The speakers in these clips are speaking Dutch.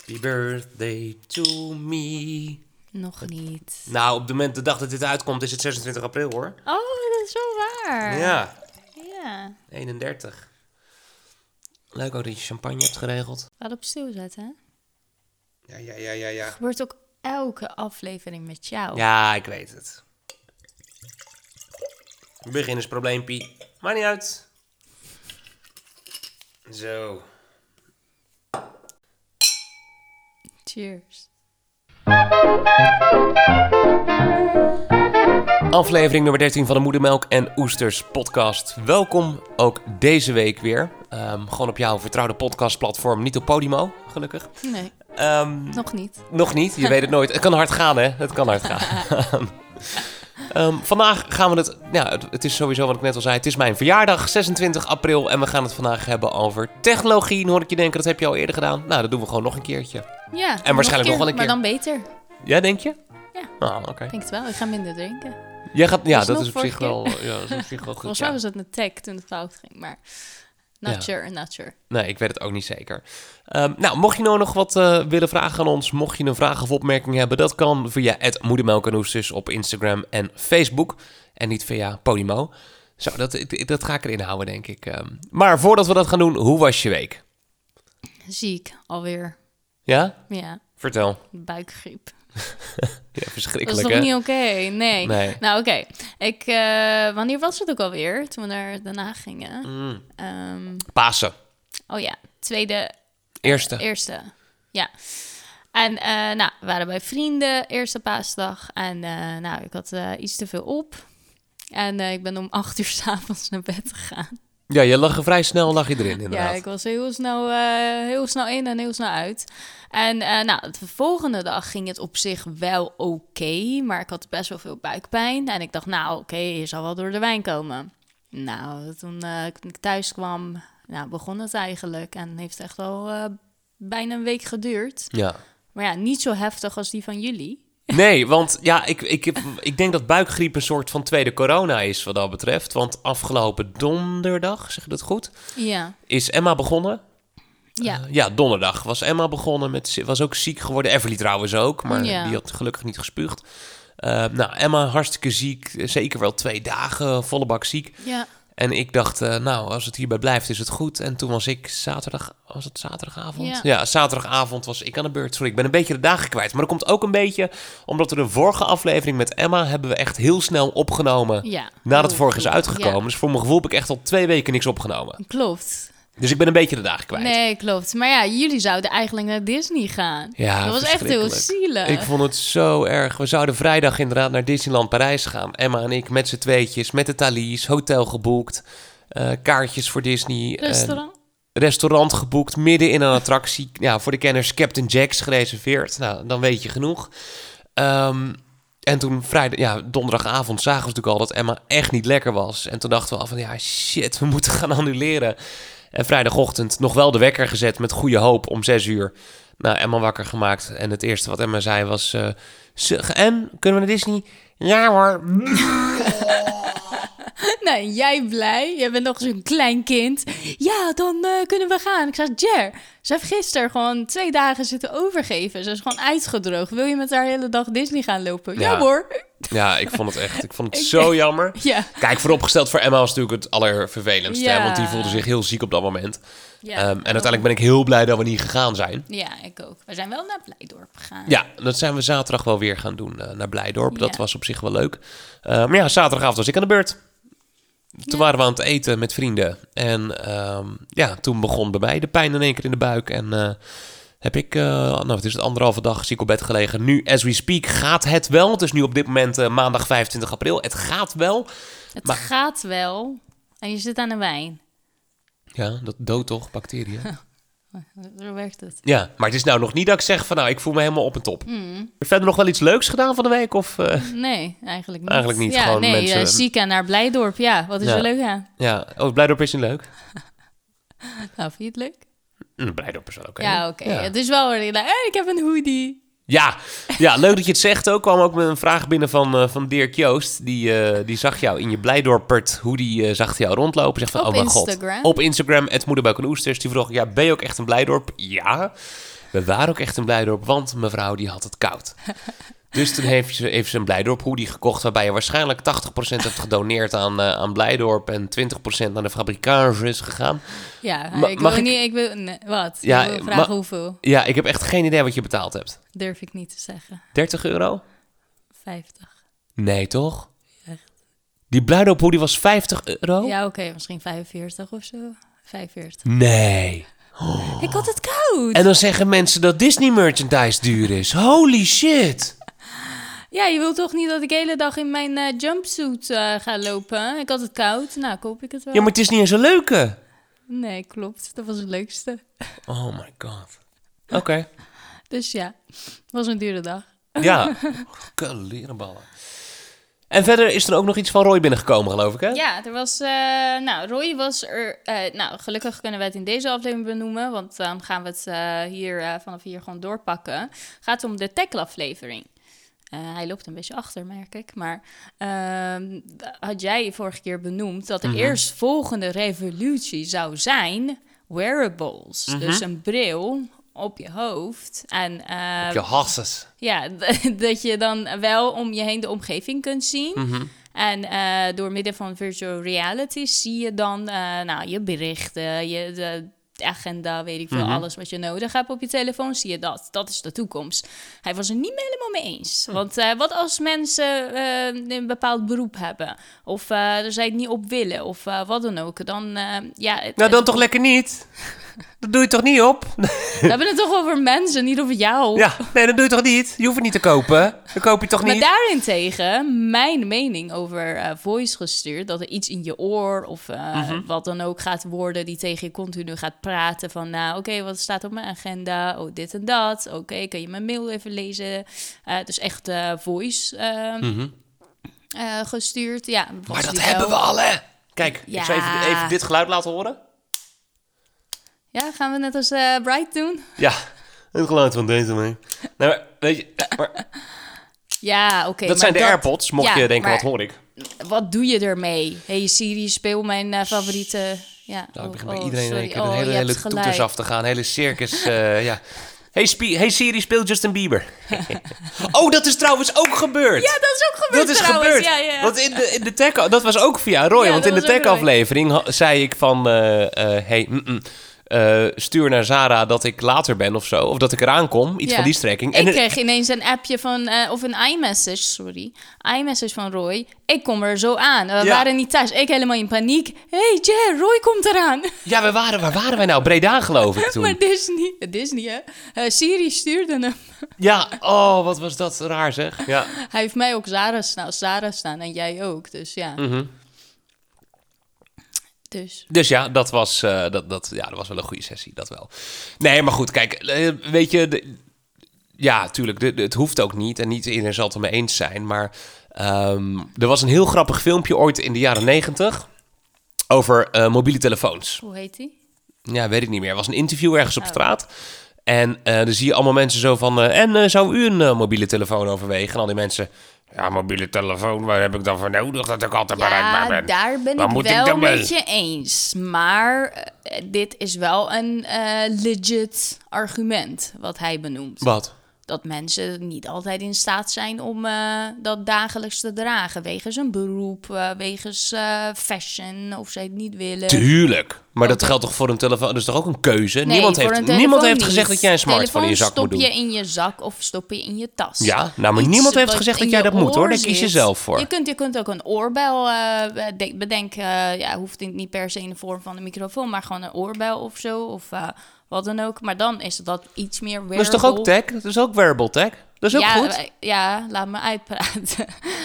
Happy birthday to me. Nog niet. Nou, op de dag dat dit uitkomt is het 26 april, hoor. Oh, dat is wel waar. Ja. Ja. 31. Leuk ook dat je champagne hebt geregeld. Laat op stil zetten, hè? Ja. Gebeurt ook elke aflevering met jou. Ja, ik weet het. Beginnersprobleempie. Maakt niet uit. Zo. Cheers. Aflevering nummer 13 van de Moedermelk en Oesters podcast. Welkom ook deze week weer. Gewoon op jouw vertrouwde podcastplatform, niet op Podimo, gelukkig. Nee, nog niet. Nog niet, je weet het nooit. Het kan hard gaan, hè? Het kan hard gaan. Vandaag gaan we het... Ja, het is sowieso wat ik net al zei. Het is mijn verjaardag, 26 april. En we gaan het vandaag hebben over technologie. Dan hoor ik je denken, dat heb je al eerder gedaan. Nou, dat doen we gewoon nog een keertje. Ja, En waarschijnlijk nog wel een keer. Maar dan beter. Ja, denk je? Ja. Ah, oké. Ik denk het wel. Ik ga minder drinken. Jij gaat... Ja, Dus dat nog is op zich vorige wel... Ja, dat is op zich wel goed. Volgens Ja. mij was het een tag toen het fout ging, maar not sure. Nee, ik weet het ook niet zeker. Nou, mocht je nou nog wat willen vragen aan ons, mocht je een vraag of opmerking hebben, dat kan via @moedermelk en oesters op Instagram en Facebook. En niet via Podimo. Zo, dat ga ik erin houden, denk ik. Maar voordat we dat gaan doen, hoe was je week? Ziek, alweer. Ja? Ja, Vertel. buikgriep. Ja, Dat verschrikkelijk, is toch hè? niet oké? Nee. Nee. Nou, oké. Wanneer was het ook alweer, toen we naar Den Haag gingen? Pasen. Oh ja, tweede... Eerste. Ja. En we waren bij vrienden, eerste paasdag. En ik had iets te veel op. En ik ben om 8 uur 's avonds naar bed gegaan. Ja, je lag er vrij snel erin, inderdaad. Ja, ik was heel snel in en heel snel uit. En de volgende dag ging het op zich wel oké. Maar ik had best wel veel buikpijn. En ik dacht, je zal wel door de wijn komen. Nou, toen ik thuis kwam, begon het eigenlijk. En heeft echt al bijna een week geduurd. Ja. Maar ja, niet zo heftig als die van jullie. Nee, want ja, ik denk dat buikgriep een soort van tweede corona is wat dat betreft. Want afgelopen donderdag, zeg ik dat goed, Ja. is Emma begonnen. Ja. Ja, donderdag was Emma begonnen. Was ook ziek geworden. Everly trouwens ook, maar Ja. die had gelukkig niet gespuugd. Emma hartstikke ziek. Zeker wel 2 dagen, volle bak ziek. Ja. En ik dacht, als het hierbij blijft, is het goed. En toen was ik zaterdagavond? Ja. Ja, zaterdagavond was ik aan de beurt. Sorry, ik ben een beetje de dagen kwijt. Maar dat komt ook een beetje omdat we de vorige aflevering met Emma hebben we echt heel snel opgenomen. Ja. Nadat de vorige is Klopt. uitgekomen. Ja. Dus voor mijn gevoel heb ik echt al 2 weken niks opgenomen. Klopt. Dus ik ben een beetje de dagen kwijt. Nee, klopt. Maar ja, jullie zouden eigenlijk naar Disney gaan. Ja, dat was echt heel zielig. Ik vond het zo erg. We zouden vrijdag inderdaad naar Disneyland Parijs gaan. Emma en ik met z'n tweetjes, met de Thalys, hotel geboekt, kaartjes voor Disney. Restaurant geboekt, midden in een attractie. Ja, voor de kenners Captain Jack's gereserveerd. Nou, dan weet je genoeg. En toen donderdagavond zagen we natuurlijk al dat Emma echt niet lekker was. En toen dachten we al van, shit, we moeten gaan annuleren. En vrijdagochtend nog wel de wekker gezet met goede hoop om 6 uur. Nou, Emma wakker gemaakt. En het eerste wat Emma zei was, en, kunnen we naar Disney? Ja hoor. Nee, jij blij? Jij bent nog zo'n klein kind. Ja, dan kunnen we gaan. Ik zei, Jer, ze heeft gisteren gewoon 2 dagen zitten overgeven. Ze is gewoon uitgedroogd. Wil je met haar de hele dag Disney gaan lopen? Ja hoor. Ja, ik vond het zo jammer. Ja. Kijk, vooropgesteld voor Emma was natuurlijk het allervervelendste. Ja. Hè, want die voelde zich heel ziek op dat moment. Ja, en uiteindelijk ben ik heel blij dat we niet gegaan zijn. Ja, ik ook. We zijn wel naar Blijdorp gegaan. Ja, dat zijn we zaterdag wel weer gaan doen naar Blijdorp. Ja. Dat was op zich wel leuk. Maar ja, zaterdagavond was ik aan de beurt. Toen waren we aan het eten met vrienden. En toen begon bij mij de pijn in één keer in de buik. En heb ik, het is het 1,5 dag ziek op bed gelegen. Nu, as we speak, gaat het wel. Het is nu op dit moment maandag 25 april. Het gaat wel. Het gaat wel. En je zit aan de wijn. Ja, dat doodt toch, bacteriën? Zo werkt het. Ja, maar het is nou nog niet dat ik zeg van, ik voel me helemaal op en top. Heb je verder nog wel iets leuks gedaan van de week? Of, Nee, eigenlijk niet. Eigenlijk niet, Ja, gewoon nee, mensen- ziek en naar Blijdorp. Ja, wat is er leuk aan? Ja, Blijdorp is niet leuk. Nou, vind je het leuk? Blijdorp is wel oké. Ja, oké. Ja. Het is wel weer ik heb een hoodie. Ja, leuk dat je het zegt ook. Kwam ook met een vraag binnen van Dirk Joost. Die zag jou in je Blijdorpert hoodie, zag jou rondlopen. Zegt van, Op oh mijn god. Instagram. Op Instagram, @moedermelk en oesters. Die vroeg, ben je ook echt een Blijdorp? Ja. We waren ook echt in Blijdorp, want mevrouw die had het koud. Dus toen heeft ze een Blijdorp hoodie gekocht... waarbij je waarschijnlijk 80% hebt gedoneerd aan Blijdorp... en 20% naar de fabrikage is gegaan. Ja, ik wil wat? Ja, ik wil vragen hoeveel. Ja, ik heb echt geen idee wat je betaald hebt. Durf ik niet te zeggen. 30 euro? 50. Nee, toch? Echt? Die Blijdorp hoodie was 50 euro? Ja, oké, misschien 45 of zo. 45. Nee. Ik had het koud. En dan zeggen mensen dat Disney merchandise duur is. Holy shit. Ja, je wilt toch niet dat ik de hele dag in mijn jumpsuit ga lopen? Ik had het koud. Nou, koop ik het wel. Ja, maar het is niet eens een leuke. Nee, klopt. Dat was het leukste. Oh my god. Oké. Dus ja, het was een dure dag. Ja. Lerenballen. En verder is er ook nog iets van Roy binnengekomen, geloof ik, hè? Ja, er was... Roy was er... gelukkig kunnen we het in deze aflevering benoemen... want dan gaan we het vanaf hier gewoon doorpakken. Het gaat om de tackle-aflevering. Hij loopt een beetje achter, merk ik. Maar had jij vorige keer benoemd... dat de eerstvolgende revolutie zou zijn... wearables. Dus een bril op je hoofd. En, op je hasses. Ja, dat je dan wel om je heen de omgeving kunt zien. En door middel van virtual reality zie je dan je berichten, de agenda, weet ik veel, alles wat je nodig hebt op je telefoon, zie je dat. Dat is de toekomst. Hij was er niet helemaal mee eens. Want wat als mensen een bepaald beroep hebben? Of er zij het niet op willen? Of wat dan ook? Dan, dan toch lekker niet? Dat doe je toch niet op? We hebben het toch over mensen, niet over jou. Ja, nee, dat doe je toch niet? Je hoeft het niet te kopen. Dan koop je toch niet? Maar daarentegen, mijn mening over voice gestuurd... dat er iets in je oor of wat dan ook gaat worden... die tegen je continu gaat praten van... oké, wat staat op mijn agenda? Oh, dit en dat. Oké, kan je mijn mail even lezen? Dus echt voice gestuurd. Ja, maar dat hebben we al, hè? Kijk, ik zal even dit geluid laten horen. Ja, gaan we net als Bright doen? Ja, het geluid van deze mee. Nou, maar, weet je... Ja, oké. Dat zijn de AirPods, mocht je denken, wat hoor ik? Wat doe je ermee? Hey Siri, speel mijn favoriete... Ja. Nou, ik begin bij iedereen in één keer een hele toeters af te gaan. Hele circus, ja. Hey Siri, speel Justin Bieber. Oh, dat is trouwens ook gebeurd. Ja, dat is ook gebeurd. Dat is gebeurd. Ja. Want in de tech... Dat was ook via Roy. Want in de tech-aflevering zei ik van... stuur naar Zara dat ik later ben of zo. Of dat ik eraan kom. Iets van die strekking. Ik kreeg ineens een appje van... of een iMessage van Roy. Ik kom er zo aan. We waren niet thuis. Ik helemaal in paniek. Hey Jer, Roy komt eraan. Ja, waar waren wij nou? Breda, geloof ik toen. Maar Disney, hè? Siri stuurde hem. Ja, oh, wat was dat raar zeg. Ja. Hij heeft mij ook Zara staan en jij ook. Dus ja. Dus ja, dat was wel een goede sessie, dat wel. Nee, maar goed, kijk, weet je... ja, tuurlijk, het hoeft ook niet en niet iedereen zal het ermee eens zijn. Maar er was een heel grappig filmpje ooit in de jaren 90 over mobiele telefoons. Hoe heet die? Ja, weet ik niet meer. Er was een interview ergens op straat. En dan zie je allemaal mensen zo van... zou u een mobiele telefoon overwegen? En al die mensen... Ja, mobiele telefoon, waar heb ik dan voor nodig dat ik altijd bereikbaar ben? Ja, daar ben ik wel met je eens. Maar dit is wel een legit argument wat hij benoemt. Wat? Dat mensen niet altijd in staat zijn om dat dagelijks te dragen. Wegens een beroep, wegens fashion, of ze het niet willen. Tuurlijk. Maar dat geldt toch voor een telefoon? Dat is toch ook een keuze? Nee, niemand heeft gezegd dat jij een smartphone in je zak moet doen. Stop je in je zak of stop je in je tas. Ja, nou, maar niemand heeft gezegd dat jij dat moet, hoor. Daar kies je zelf voor. Je kunt ook een oorbel bedenken. Hoeft niet per se in de vorm van een microfoon, maar gewoon een oorbel of zo. Of wat dan ook. Maar dan is dat iets meer wearable. Dat is toch ook tech? Dat is ook wearable tech? Dat is ook goed? Ja, laat me uitpraten.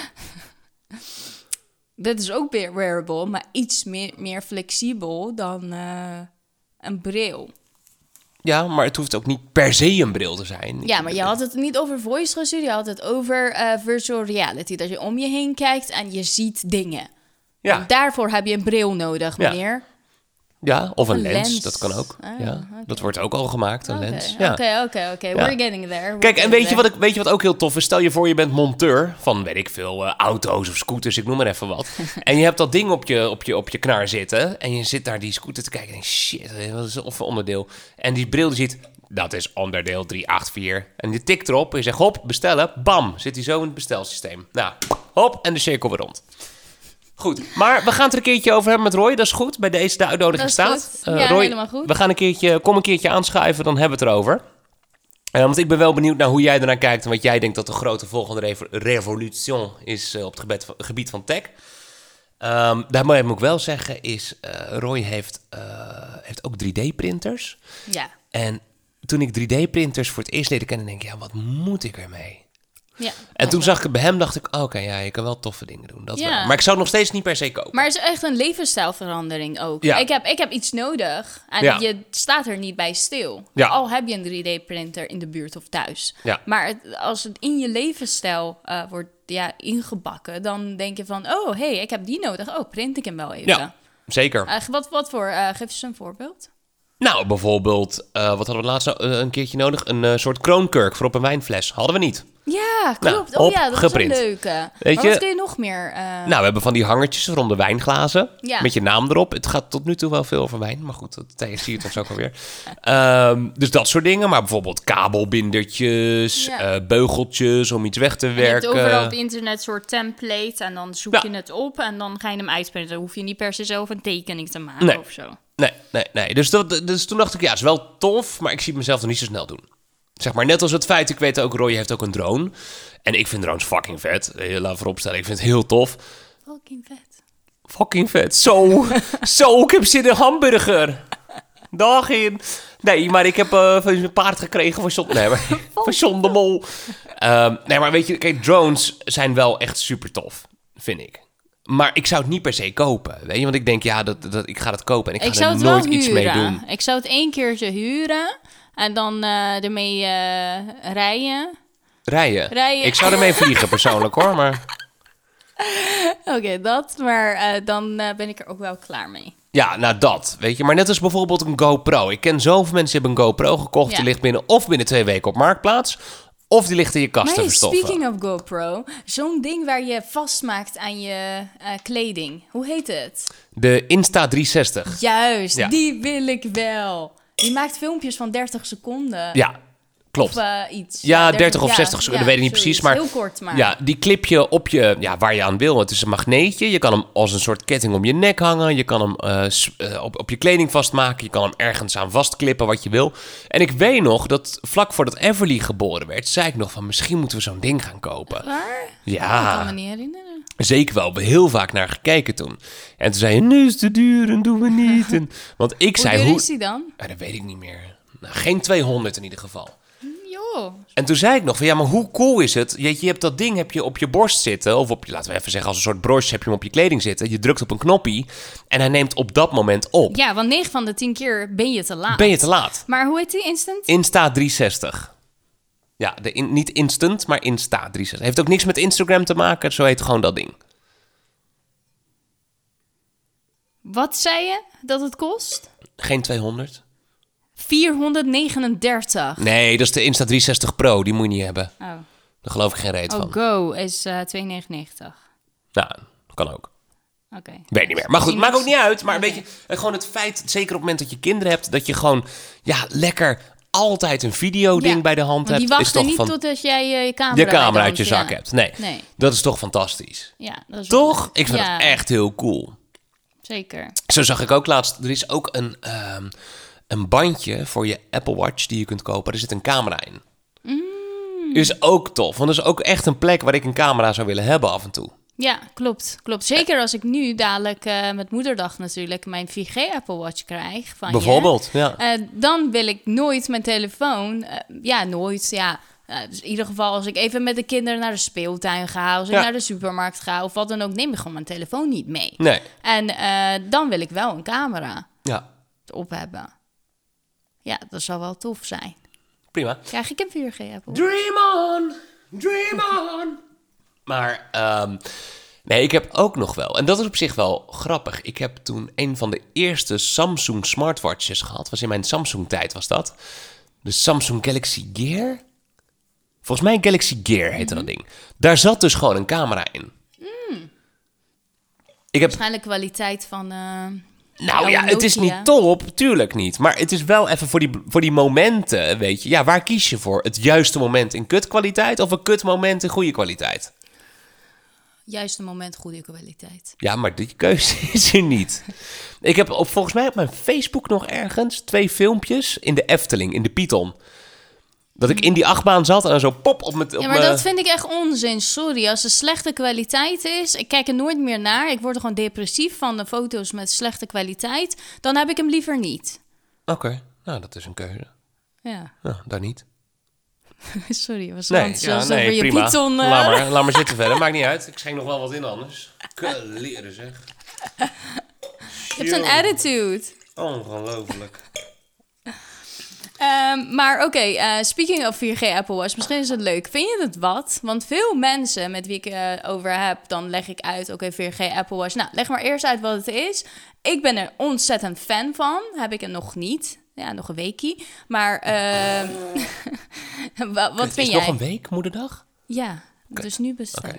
Dit is ook weer wearable, maar iets meer flexibel dan een bril. Ja, maar het hoeft ook niet per se een bril te zijn. Ja, maar je had het niet over voice gestuurd, je had het over virtual reality. Dat je om je heen kijkt en je ziet dingen. Ja. En daarvoor heb je een bril nodig, meneer. Ja, of een lens, dat kan ook. Okay. Dat wordt ook al gemaakt, een lens. Ja. Oké. We're getting there. Kijk, en weet je wat ook heel tof is? Stel je voor, je bent monteur van, weet ik veel, auto's of scooters, ik noem maar even wat. En je hebt dat ding op je knar zitten en je zit naar die scooter te kijken en shit, wat is een onderdeel. En die bril die ziet, Dat is onderdeel 384. En je tikt erop en je zegt, hop, bestellen. Bam, zit hij zo in het bestelsysteem. Nou, hop, en de cirkel weer rond. Goed, maar we gaan het er een keertje over hebben met Roy. Dat is goed, bij deze de uitnodiging staat. Ja, Roy, helemaal goed. We gaan kom een keertje aanschuiven, dan hebben we het erover. Want ik ben wel benieuwd naar hoe jij ernaar kijkt... en wat jij denkt dat de grote volgende revolutie is op het gebied van tech. Daarbij moet ik wel zeggen, Roy heeft ook 3D-printers. Ja. En toen ik 3D-printers voor het eerst leerde kennen, denk ik, ja, wat moet ik ermee? Ja, en toen zag ik het bij hem, dacht ik, oké, ja, je kan wel toffe dingen doen. Dat wel. Maar ik zou het nog steeds niet per se kopen. Maar het is echt een levensstijlverandering ook. Ja. Ik heb iets nodig en je staat er niet bij stil. Ja. Al heb je een 3D-printer in de buurt of thuis. Ja. Maar als het in je levensstijl wordt ingebakken, dan denk je van, oh, hey, ik heb die nodig. Oh, print ik hem wel even. Ja, zeker. Wat voor, geef eens een voorbeeld. Nou, bijvoorbeeld, wat hadden we laatst een keertje nodig? Een soort kroonkurk voor op een wijnfles. Hadden we niet. Ja, klopt. Nou, dat geprint. is een leuke. Weet maar je, wat kun je nog meer? Nou, we hebben van die hangertjes rond de wijnglazen. Ja. Met je naam erop. Het gaat tot nu toe wel veel over wijn. Maar goed, dat zie je het ons ook alweer. Dus dat soort dingen. Maar bijvoorbeeld kabelbindertjes, beugeltjes om iets weg te werken. Je hebt overal op internet een soort template. En dan zoek je het op en dan ga je hem uitprinten. Dan hoef je niet per se zelf een tekening te maken of zo. Nee. Dus toen dacht ik, ja, het is wel tof. Maar ik zie het mezelf nog niet zo snel doen. Zeg maar, net als het feit, ik weet ook, Roy heeft ook een drone. En ik vind drones fucking vet. Laat vooropstellen, ik vind het heel tof. Fucking vet. Zo, ik heb zin in een hamburger. Dag in. Nee, maar ik heb van een paard gekregen van John de Mol. Nee, maar weet je, kijk, drones zijn wel echt super tof, vind ik. Maar ik zou het niet per se kopen, weet je? Want ik denk, ja, ik ga het kopen en ik ga er nooit iets mee doen. Ik zou het 1 keertje huren en dan ermee rijden. Rijden? Ik zou ermee vliegen persoonlijk, hoor, maar... Oké, maar dan ben ik er ook wel klaar mee. Ja, nou dat, weet je. Maar net als bijvoorbeeld een GoPro. Ik ken zoveel mensen die hebben een GoPro gekocht. Die ligt binnen 2 weken op Marktplaats. Of die ligt in je kast te verstoffen. Speaking of GoPro, zo'n ding waar je vastmaakt aan je kleding. Hoe heet het? De Insta360. Juist, die wil ik wel. Die maakt filmpjes van 30 seconden. Ja, klopt. Of iets. Ja, 30 of 60 seconden, dat weet ik niet precies. Maar heel kort maar. Ja, die clip je op waar je aan wil. Het is een magneetje. Je kan hem als een soort ketting om je nek hangen. Je kan hem op je kleding vastmaken. Je kan hem ergens aan vastklippen, wat je wil. En ik weet nog dat vlak voordat Everly geboren werd, zei ik nog van, misschien moeten we zo'n ding gaan kopen. Waar? Ja. Ik kan me niet herinneren. Zeker wel, we hebben heel vaak naar gekeken toen. En toen zei je, nu is het te duur en doen we niet. En, want ik zei, hoe duur is die dan? Ja, dat weet ik niet meer. Nou, geen 200 in ieder geval. Joh. En toen zei ik nog van, ja, maar hoe cool is het? Je hebt dat ding op je borst zitten. Of laten we even zeggen, als een soort broche heb je hem op je kleding zitten. Je drukt op een knoppie en hij neemt op dat moment op. Ja, want 9 van de 10 keer ben je te laat. Ben je te laat. Maar hoe heet die instant? Insta360. Ja, niet instant, maar Insta360. Heeft ook niks met Instagram te maken, zo heet gewoon dat ding. Wat zei je dat het kost? Geen 200. 439. Nee, dat is de Insta360 Pro. Die moet je niet hebben. Oh. Daar geloof ik geen reet van. Go is 2,99. Nou, dat kan ook. Oké. Weet niet meer. Maar goed, maakt ook niet uit. Maar weet je, gewoon het feit, zeker op het moment dat je kinderen hebt, dat je gewoon, lekker altijd een videoding bij de hand hebt. Die wachten is niet toch totdat jij je camera uit je zak hebt. Nee, dat is toch fantastisch. Ja, dat is toch? Ik vind het echt heel cool. Zeker. Zo zag ik ook laatst, er is ook een bandje voor je Apple Watch die je kunt kopen. Er zit een camera in. Is ook tof, want dat is ook echt een plek waar ik een camera zou willen hebben af en toe. Ja, klopt. Zeker als ik nu dadelijk met Moederdag natuurlijk mijn 4G Apple Watch krijg van bijvoorbeeld, dan wil ik nooit mijn telefoon... dus in ieder geval als ik even met de kinderen naar de speeltuin ga... als ik naar de supermarkt ga of wat dan ook... neem ik gewoon mijn telefoon niet mee. Nee. En dan wil ik wel een camera op hebben. Ja, dat zou wel tof zijn. Prima. Krijg ik een 4G Apple? Dream on, dream on. Maar nee, ik heb ook nog wel... en dat is op zich wel grappig. Ik heb toen een van de eerste Samsung smartwatches gehad. Was in mijn Samsung-tijd was dat. De Samsung Galaxy Gear. Volgens mij Galaxy Gear heette dat ding. Daar zat dus gewoon een camera in. Waarschijnlijk kwaliteit van... Nou ja, het is niet top, tuurlijk niet. Maar het is wel even voor die momenten, weet je. Ja, waar kies je voor? Het juiste moment in kutkwaliteit of een kutmoment in goede kwaliteit? Juiste moment, goede kwaliteit. Ja, maar die keuze is er niet. Ik heb volgens mij op mijn Facebook nog ergens 2 filmpjes in de Efteling, in de Python. Dat ik in die achtbaan zat en dan zo pop op mijn... Ja, maar dat vind ik echt onzin. Sorry, als het slechte kwaliteit is... Ik kijk er nooit meer naar. Ik word er gewoon depressief van de foto's met slechte kwaliteit. Dan heb ik hem liever niet. Oké, nou dat is een keuze. Ja. Nou, daar niet. Sorry, was nee, over je prima. Python... Laat maar zitten verder, maakt niet uit. Ik schenk nog wel wat in anders. Leren zeg. Je hebt een attitude. Ongelooflijk. Maar oké, speaking of 4G Apple Watch, misschien is het leuk. Vind je het wat? Want veel mensen met wie ik over heb, dan leg ik uit, oké, 4G Apple Watch. Nou, leg maar eerst uit wat het is. Ik ben er ontzettend fan van. Heb ik er nog niet. Ja, nog een weekie. Maar wat vind jij? Is nog een week, moederdag? Ja, dus nu bestellen.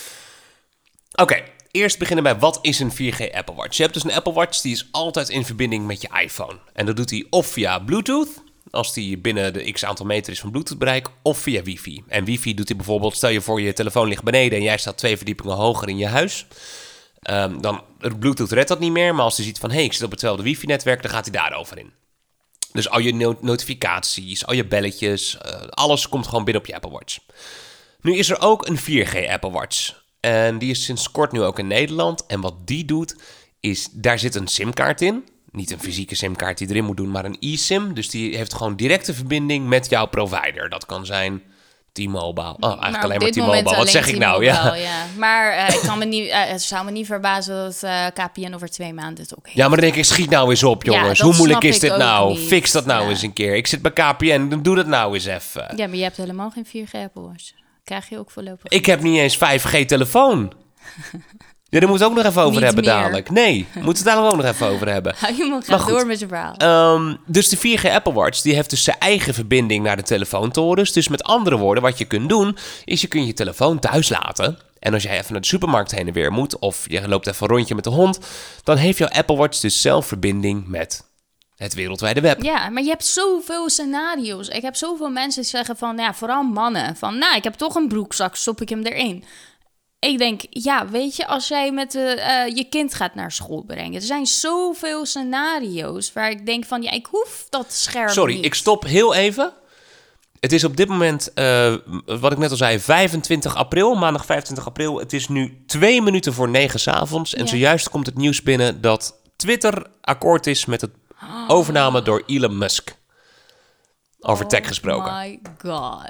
Oké, eerst beginnen bij wat is een 4G Apple Watch? Je hebt dus een Apple Watch die is altijd in verbinding met je iPhone. En dat doet hij of via Bluetooth, als die binnen de x aantal meter is van Bluetooth bereik, of via wifi. En wifi doet hij bijvoorbeeld, stel je voor je telefoon ligt beneden en jij staat 2 verdiepingen hoger in je huis. Dan Bluetooth redt dat niet meer, maar als hij ziet van, ik zit op hetzelfde wifi-netwerk, dan gaat hij daarover in. Dus al je notificaties, al je belletjes, alles komt gewoon binnen op je Apple Watch. Nu is er ook een 4G Apple Watch. En die is sinds kort nu ook in Nederland. En wat die doet, is daar zit een simkaart in. Niet een fysieke simkaart die erin moet doen, maar een eSIM. Dus die heeft gewoon directe verbinding met jouw provider. Dat kan zijn T-Mobile. Oh, eigenlijk alleen maar T-Mobile. Wat zeg ik nou? Ja. Maar het zou me niet verbazen dat KPN over 2 maanden het ook heeft. Ja, maar dan denk ik, schiet nou eens op, jongens. Hoe moeilijk is dit nou? Niet. Fix dat nou eens een keer. Ik zit bij KPN, dan doe dat nou eens even. Ja, maar je hebt helemaal geen 4G Apple Watch. Krijg je ook voorlopig. Ik heb niet eens 5G telefoon. Ja, daar moeten we het ook nog even over hebben dadelijk. Nee, moeten we het dadelijk ook nog even over hebben. Hou je maar graag door met je verhaal. Dus de 4G Apple Watch, die heeft dus zijn eigen verbinding naar de telefoontorens. Dus met andere woorden, wat je kunt doen, is je kunt je telefoon thuis laten. En als jij even naar de supermarkt heen en weer moet, of je loopt even een rondje met de hond, dan heeft jouw Apple Watch dus zelf verbinding met het wereldwijde web. Ja, maar je hebt zoveel scenario's. Ik heb zoveel mensen die zeggen van, ja, vooral mannen, van, ik heb toch een broekzak, stop ik hem erin. Ik denk, ja, weet je, als jij met je kind gaat naar school brengen, er zijn zoveel scenario's waar ik denk van, ja, ik hoef dat scherm niet. Ik stop heel even. Het is op dit moment, wat ik net al zei, 25 april, maandag 25 april. Het is nu 2 minuten voor 9 s'avonds. En zojuist komt het nieuws binnen dat Twitter akkoord is met het overname door Elon Musk. Over tech gesproken. Oh my god.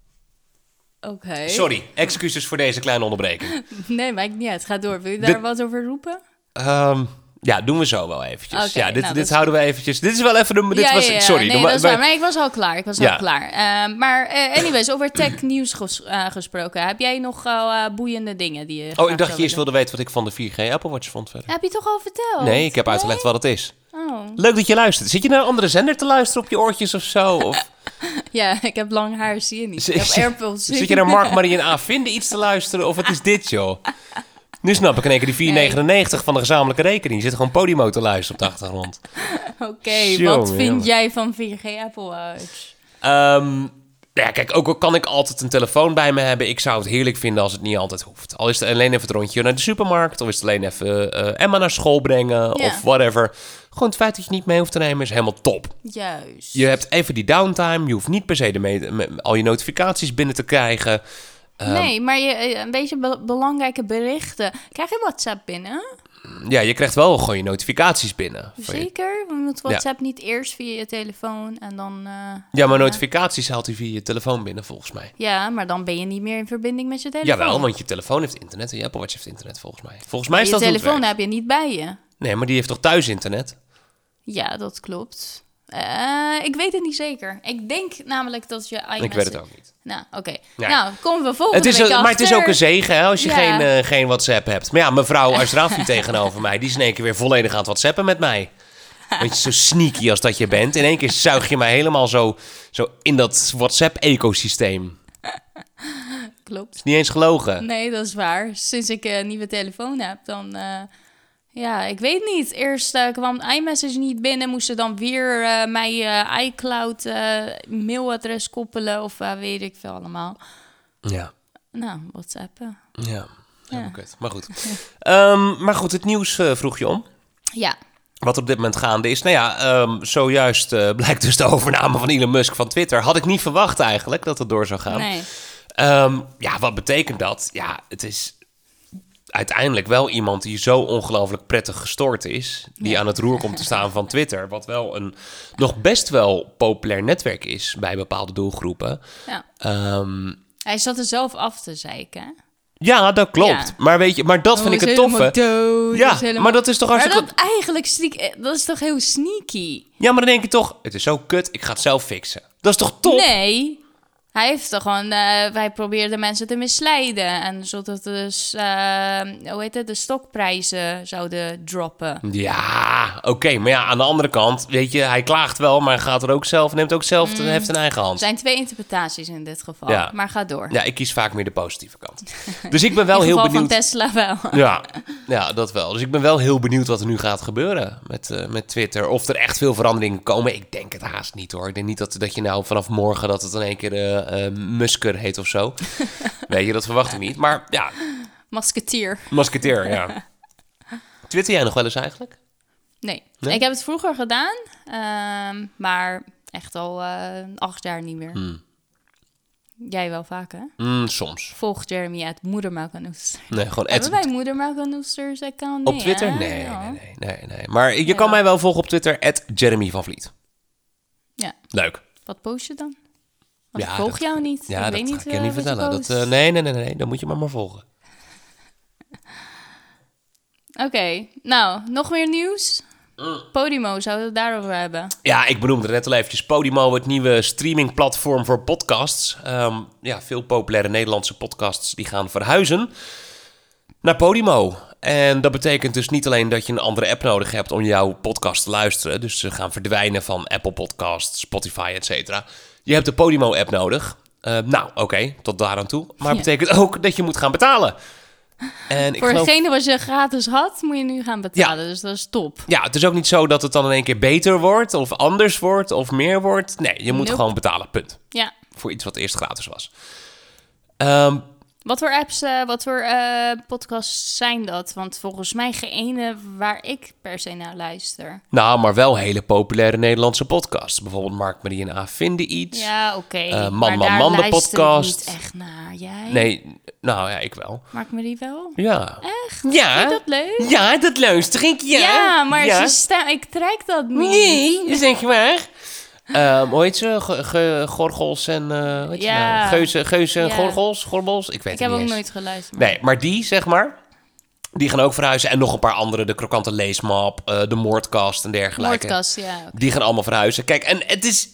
Oké. Sorry, excuses voor deze kleine onderbreking. Nee, maakt niet uit. Ga door. Wil je daar wat over roepen? Ja, doen we zo wel eventjes. Okay, dit houden we eventjes. Dit is wel even de... Sorry. Nee, dat is waar. Maar ik was al klaar. Maar anyways, over tech nieuws gesproken. Heb jij nog boeiende dingen die je... ik dacht je eerst wilde weten wat ik van de 4G Apple Watch vond verder. Heb je toch al verteld? Nee, ik heb uitgelegd wat het is. Oh. Leuk dat je luistert. Zit je naar een andere zender te luisteren op je oortjes of zo? Of... Ja, ik heb lang haar, zie je niet. Ik heb AirPods. Zit je naar Mark, Marie en A. Vinden iets te luisteren? Of wat is dit, joh? Nu snap ik in één keer die 4,99 van de gezamenlijke rekening. Je zit gewoon Podimo te luisteren op de achtergrond. Oké, wat vind jij van 4G Apple Watch? Ja, kijk, ook al kan ik altijd een telefoon bij me hebben, ik zou het heerlijk vinden als het niet altijd hoeft. Al is het alleen even het rondje naar de supermarkt, of is het alleen even Emma naar school brengen, of whatever. Gewoon het feit dat je niet mee hoeft te nemen is helemaal top. Juist. Je hebt even die downtime, je hoeft niet per se al je notificaties binnen te krijgen. Nee, maar een beetje belangrijke berichten. Krijg je WhatsApp binnen? Ja, je krijgt wel gewoon je notificaties binnen. Zeker? Want moet WhatsApp niet eerst via je telefoon en dan... ja, maar notificaties haalt hij via je telefoon binnen, volgens mij. Ja, maar dan ben je niet meer in verbinding met je telefoon. Jawel, want je telefoon heeft internet en je Apple Watch heeft internet, volgens mij. Volgens mij is dat je telefoon heb je niet bij je. Nee, maar die heeft toch thuis internet? Ja, dat klopt. Ik weet het niet zeker. Ik denk namelijk dat je iMessage... Ik weet het ook niet. Nou, oké. Ja. Nou, komen we volgende week achter. Maar het is ook een zegen hè, als je geen WhatsApp hebt. Maar ja, mevrouw Ashrafi tegenover mij, die is in één keer weer volledig aan het WhatsAppen met mij. Want je zo sneaky als dat je bent. In één keer zuig je mij helemaal zo in dat WhatsApp-ecosysteem. Klopt. Is niet eens gelogen. Nee, dat is waar. Sinds ik een nieuwe telefoon heb, dan... Ja, ik weet niet. Eerst kwam iMessage niet binnen. Moesten dan weer mijn iCloud mailadres koppelen. Of weet ik veel allemaal. Ja. Nou, WhatsAppen. Ja, helemaal kut. Maar goed. Maar goed, het nieuws vroeg je om. Ja. Wat er op dit moment gaande is. Nou ja, zojuist blijkt dus de overname van Elon Musk van Twitter. Had ik niet verwacht eigenlijk dat het door zou gaan. Nee. Ja, wat betekent dat? Ja, het is uiteindelijk wel iemand die zo ongelooflijk prettig gestoord is. Die aan het roer komt te staan van Twitter. Wat wel een nog best wel populair netwerk is bij bepaalde doelgroepen. Ja. Hij zat er zelf af te zeiken. Ja, dat klopt. Ja. Maar weet je, maar dat vind ik het toffe. Dood, Ja, helemaal... maar dat is toch hartstikke... Maar dat eigenlijk dat is toch heel sneaky? Ja, maar dan denk je toch, het is zo kut, ik ga het zelf fixen. Dat is toch top? Nee, hij heeft toch gewoon... wij probeerden mensen te misleiden. En zodat dus, de stokprijzen zouden droppen. Ja, oké. Maar ja, aan de andere kant, weet je, hij klaagt wel, maar hij gaat er ook zelf, neemt ook zelf de heft in eigen hand. Er zijn 2 interpretaties in dit geval, Ja. maar ga door. Ja, ik kies vaak meer de positieve kant. Dus ik ben wel heel benieuwd. Van Tesla wel. Ja, dat wel. Dus ik ben wel heel benieuwd wat er nu gaat gebeuren met Twitter. Of er echt veel veranderingen komen. Ik denk het haast niet, hoor. Ik denk niet dat je nou vanaf morgen dat het in één keer Musker heet of zo. Weet je, dat verwacht ik niet. Maar ja. Musketeer, ja. Twitter jij nog wel eens eigenlijk? Nee? Ik heb het vroeger gedaan, maar echt al 8 jaar niet meer. Jij wel vaak, hè? Soms. Volg Jeremy uit Moedermelkanoesters. Nee, gewoon Hebben wij Moedermelkanoesters account? Op Twitter? Nee. Maar je kan mij wel volgen op Twitter, @Jeremy van Vliet. Ja. Leuk. Wat post je dan? Want ik volg jou niet. Ja, ik dat weet ga niet, ik je niet vertellen. Nee, dan moet je maar volgen. Oké, nou, nog meer nieuws? Podimo, zouden we het daarover hebben? Ja, ik benoemde het net al eventjes. Podimo, het nieuwe streamingplatform voor podcasts. Veel populaire Nederlandse podcasts die gaan verhuizen naar Podimo. En dat betekent dus niet alleen dat je een andere app nodig hebt om jouw podcast te luisteren. Dus ze gaan verdwijnen van Apple Podcasts, Spotify, et cetera. Je hebt de Podimo-app nodig. Oké, tot daar aan toe. Maar het betekent ook dat je moet gaan betalen. En voor degene wat je gratis had, moet je nu gaan betalen. Dus dat is top. Ja, het is ook niet zo dat het dan in één keer beter wordt, of anders wordt, of meer wordt. Nee, je moet gewoon betalen, punt. Ja. Voor iets wat eerst gratis was. Wat voor apps, wat voor podcasts zijn dat? Want volgens mij geen ene waar ik per se naar luister. Nou, maar wel hele populaire Nederlandse podcasts. Bijvoorbeeld Mark, Marie en A vinden iets. Ja, oké. Man, de podcast. Ik niet echt naar. Jij? Nee, nou ja, ik wel. Mark Marie wel? Ja. Echt? Ja. Vind je dat leuk? Ja, dat luister ik, ja. Ja, maar ik trek dat niet. Nee, dat zeg je waar. Hoe heet ze? Gorgels en... Geuze en Gorgels? Ik weet het niet. Ik heb ook nooit geluisterd. Nee, maar die, zeg maar... Die gaan ook verhuizen. En nog een paar andere. De Krokante Leesmap, de Moordkast en dergelijke. Moordkast, ja. Okay. Die gaan allemaal verhuizen. Kijk, en het is...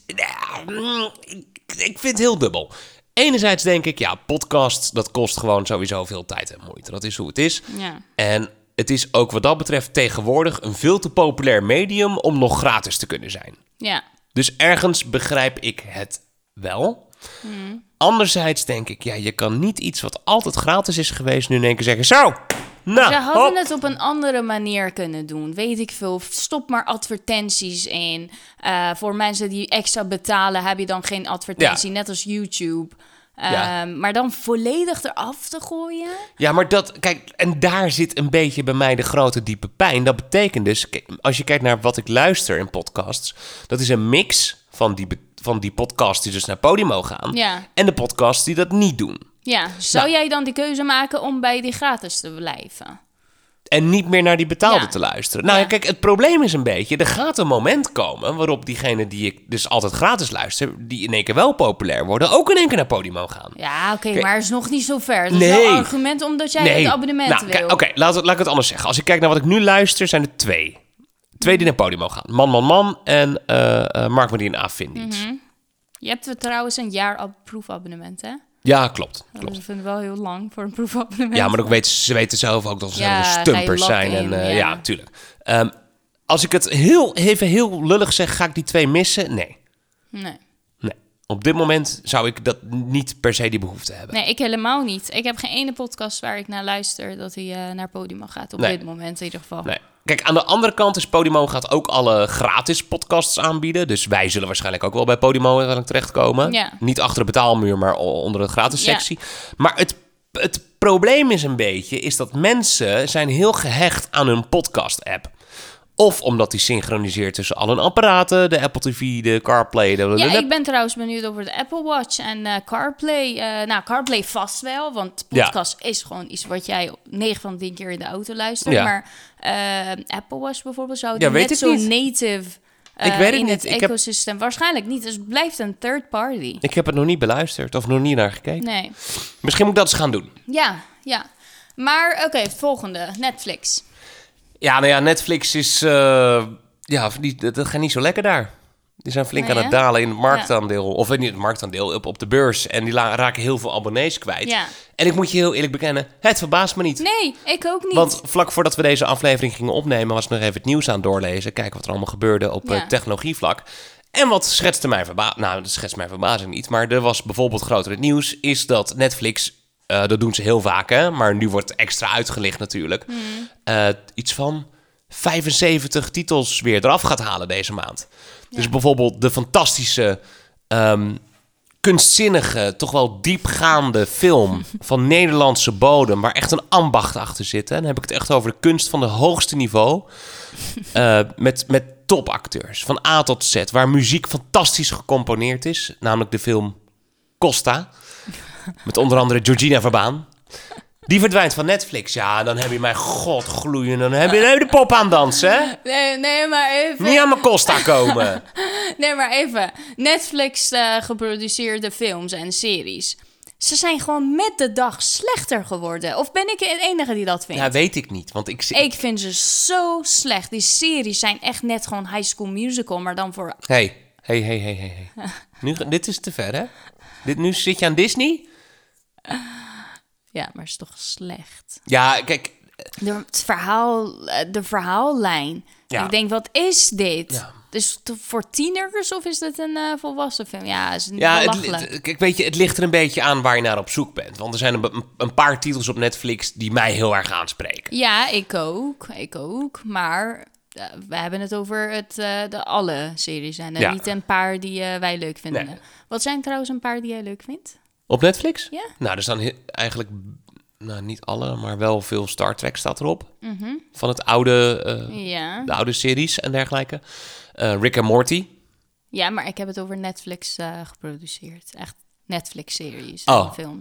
ik vind het heel dubbel. Enerzijds denk ik, ja, podcasts, dat kost gewoon sowieso veel tijd en moeite. Dat is hoe het is. Ja. En het is ook wat dat betreft tegenwoordig een veel te populair medium om nog gratis te kunnen zijn. Ja. Dus ergens begrijp ik het wel. Anderzijds denk ik, ja, je kan niet iets wat altijd gratis is geweest nu in één keer zeggen, zo, nou, ze hadden het op een andere manier kunnen doen. Weet ik veel. Stop maar advertenties in. Voor mensen die extra betalen heb je dan geen advertentie. Ja. Net als YouTube. Maar dan volledig eraf te gooien? Ja, maar dat... Kijk, en daar zit een beetje bij mij de grote diepe pijn. Dat betekent dus, als je kijkt naar wat ik luister in podcasts... dat is een mix van die podcasts die dus naar Podimo gaan... Ja. En de podcasts die dat niet doen. Ja, zou jij dan die keuze maken om bij die gratis te blijven? En niet meer naar die betaalde te luisteren. Nou ja, kijk, het probleem is een beetje... er gaat een moment komen waarop diegenen die ik dus altijd gratis luister... die in één keer wel populair worden... ook in één keer naar Podimo gaan. Ja, oké, maar het is nog niet zo ver. Dat is wel een argument omdat jij het abonnement wil. Oké, laat ik het anders zeggen. Als ik kijk naar wat ik nu luister, zijn er 2. 2 die naar Podimo gaan. Man en Mark Marie en A vinden iets. Je hebt trouwens een jaar proefabonnement, hè? Ja, klopt. Dat vind ik wel heel lang voor een proefabonnement. Ja, maar ook ze weten zelf ook dat ze stumpers zijn. Ja, tuurlijk. Als ik het heel lullig zeg, ga ik die 2 missen? Nee. Op dit moment zou ik dat niet per se die behoefte hebben. Nee, ik helemaal niet. Ik heb geen ene podcast waar ik naar luister dat hij naar Podimo gaat. Op dit moment in ieder geval. Nee. kijk, aan de andere kant is Podimo gaat ook alle gratis podcasts aanbieden. Dus wij zullen waarschijnlijk ook wel bij Podimo terechtkomen. Ja. Niet achter de betaalmuur, maar onder de gratis sectie. Maar het probleem is een beetje, is dat mensen zijn heel gehecht aan hun podcast-app. Of omdat die synchroniseert tussen al hun apparaten, de Apple TV, de CarPlay. Ik ben trouwens benieuwd over de Apple Watch en CarPlay. CarPlay vast wel, want podcast is gewoon iets wat jij 9 van de 10 keer in de auto luistert. Ja. Maar Apple Watch bijvoorbeeld zou die net zo native ik weet het in niet. het ecosysteem. Waarschijnlijk niet, dus het blijft een third party. Ik heb het nog niet beluisterd of nog niet naar gekeken. Nee. Misschien moet ik dat eens gaan doen. Ja. Maar oké, volgende. Netflix. Ja, nou ja, Netflix is... dat gaat niet zo lekker daar. Die zijn flink aan het dalen in het marktaandeel. Ja. Of niet het marktaandeel, op de beurs. En die raken heel veel abonnees kwijt. Ja. En ik moet je heel eerlijk bekennen, het verbaast me niet. Nee, ik ook niet. Want vlak voordat we deze aflevering gingen opnemen, was ik nog even het nieuws aan het doorlezen. Kijken wat er allemaal gebeurde op technologievlak. En wat schetste mijn verbazing... Nou, dat schetst mijn verbazing niet. Maar er was bijvoorbeeld groter het nieuws, is dat Netflix... dat doen ze heel vaak, hè? Maar nu wordt extra uitgelicht natuurlijk. Iets van 75 titels weer eraf gaat halen deze maand. Ja. Dus bijvoorbeeld de fantastische, kunstzinnige, toch wel diepgaande film van Nederlandse bodem, waar echt een ambacht achter zit. Hè? Dan heb ik het echt over de kunst van het hoogste niveau. Met topacteurs, van A tot Z, waar muziek fantastisch gecomponeerd is. Namelijk de film Costa. Met onder andere Georgina Verbaan. Die verdwijnt van Netflix. Ja, dan heb je mij godgloeien. Dan heb je de pop aan dansen, hè? Nee, maar even... Niet aan mijn Costa komen. Nee, maar even. Netflix geproduceerde films en series. Ze zijn gewoon met de dag slechter geworden. Of ben ik de enige die dat vindt? Ja, weet ik niet. Want ik vind ze zo slecht. Die series zijn echt net gewoon High School Musical, maar dan voor... Hey. Nu, dit is te ver, hè? Nu zit je aan Disney? Ja, maar is toch slecht? Ja, kijk... De verhaallijn. Ja. Ik denk, wat is dit? Ja. Dus voor tieners of is dit een volwassen film? Ja, is belachelijk. Kijk, weet je, het ligt er een beetje aan waar je naar op zoek bent. Want er zijn een paar titels op Netflix die mij heel erg aanspreken. Ja, ik ook. Maar... we hebben het over de alle series en niet een paar die wij leuk vinden. Nee. Wat zijn trouwens een paar die jij leuk vindt? Op Netflix? Ja. Nou, er staan eigenlijk, niet alle, maar wel veel Star Trek staat erop. Mm-hmm. Van het oude, de oude series en dergelijke. Rick and Morty. Ja, maar ik heb het over Netflix geproduceerd. Echt Netflix-series en films.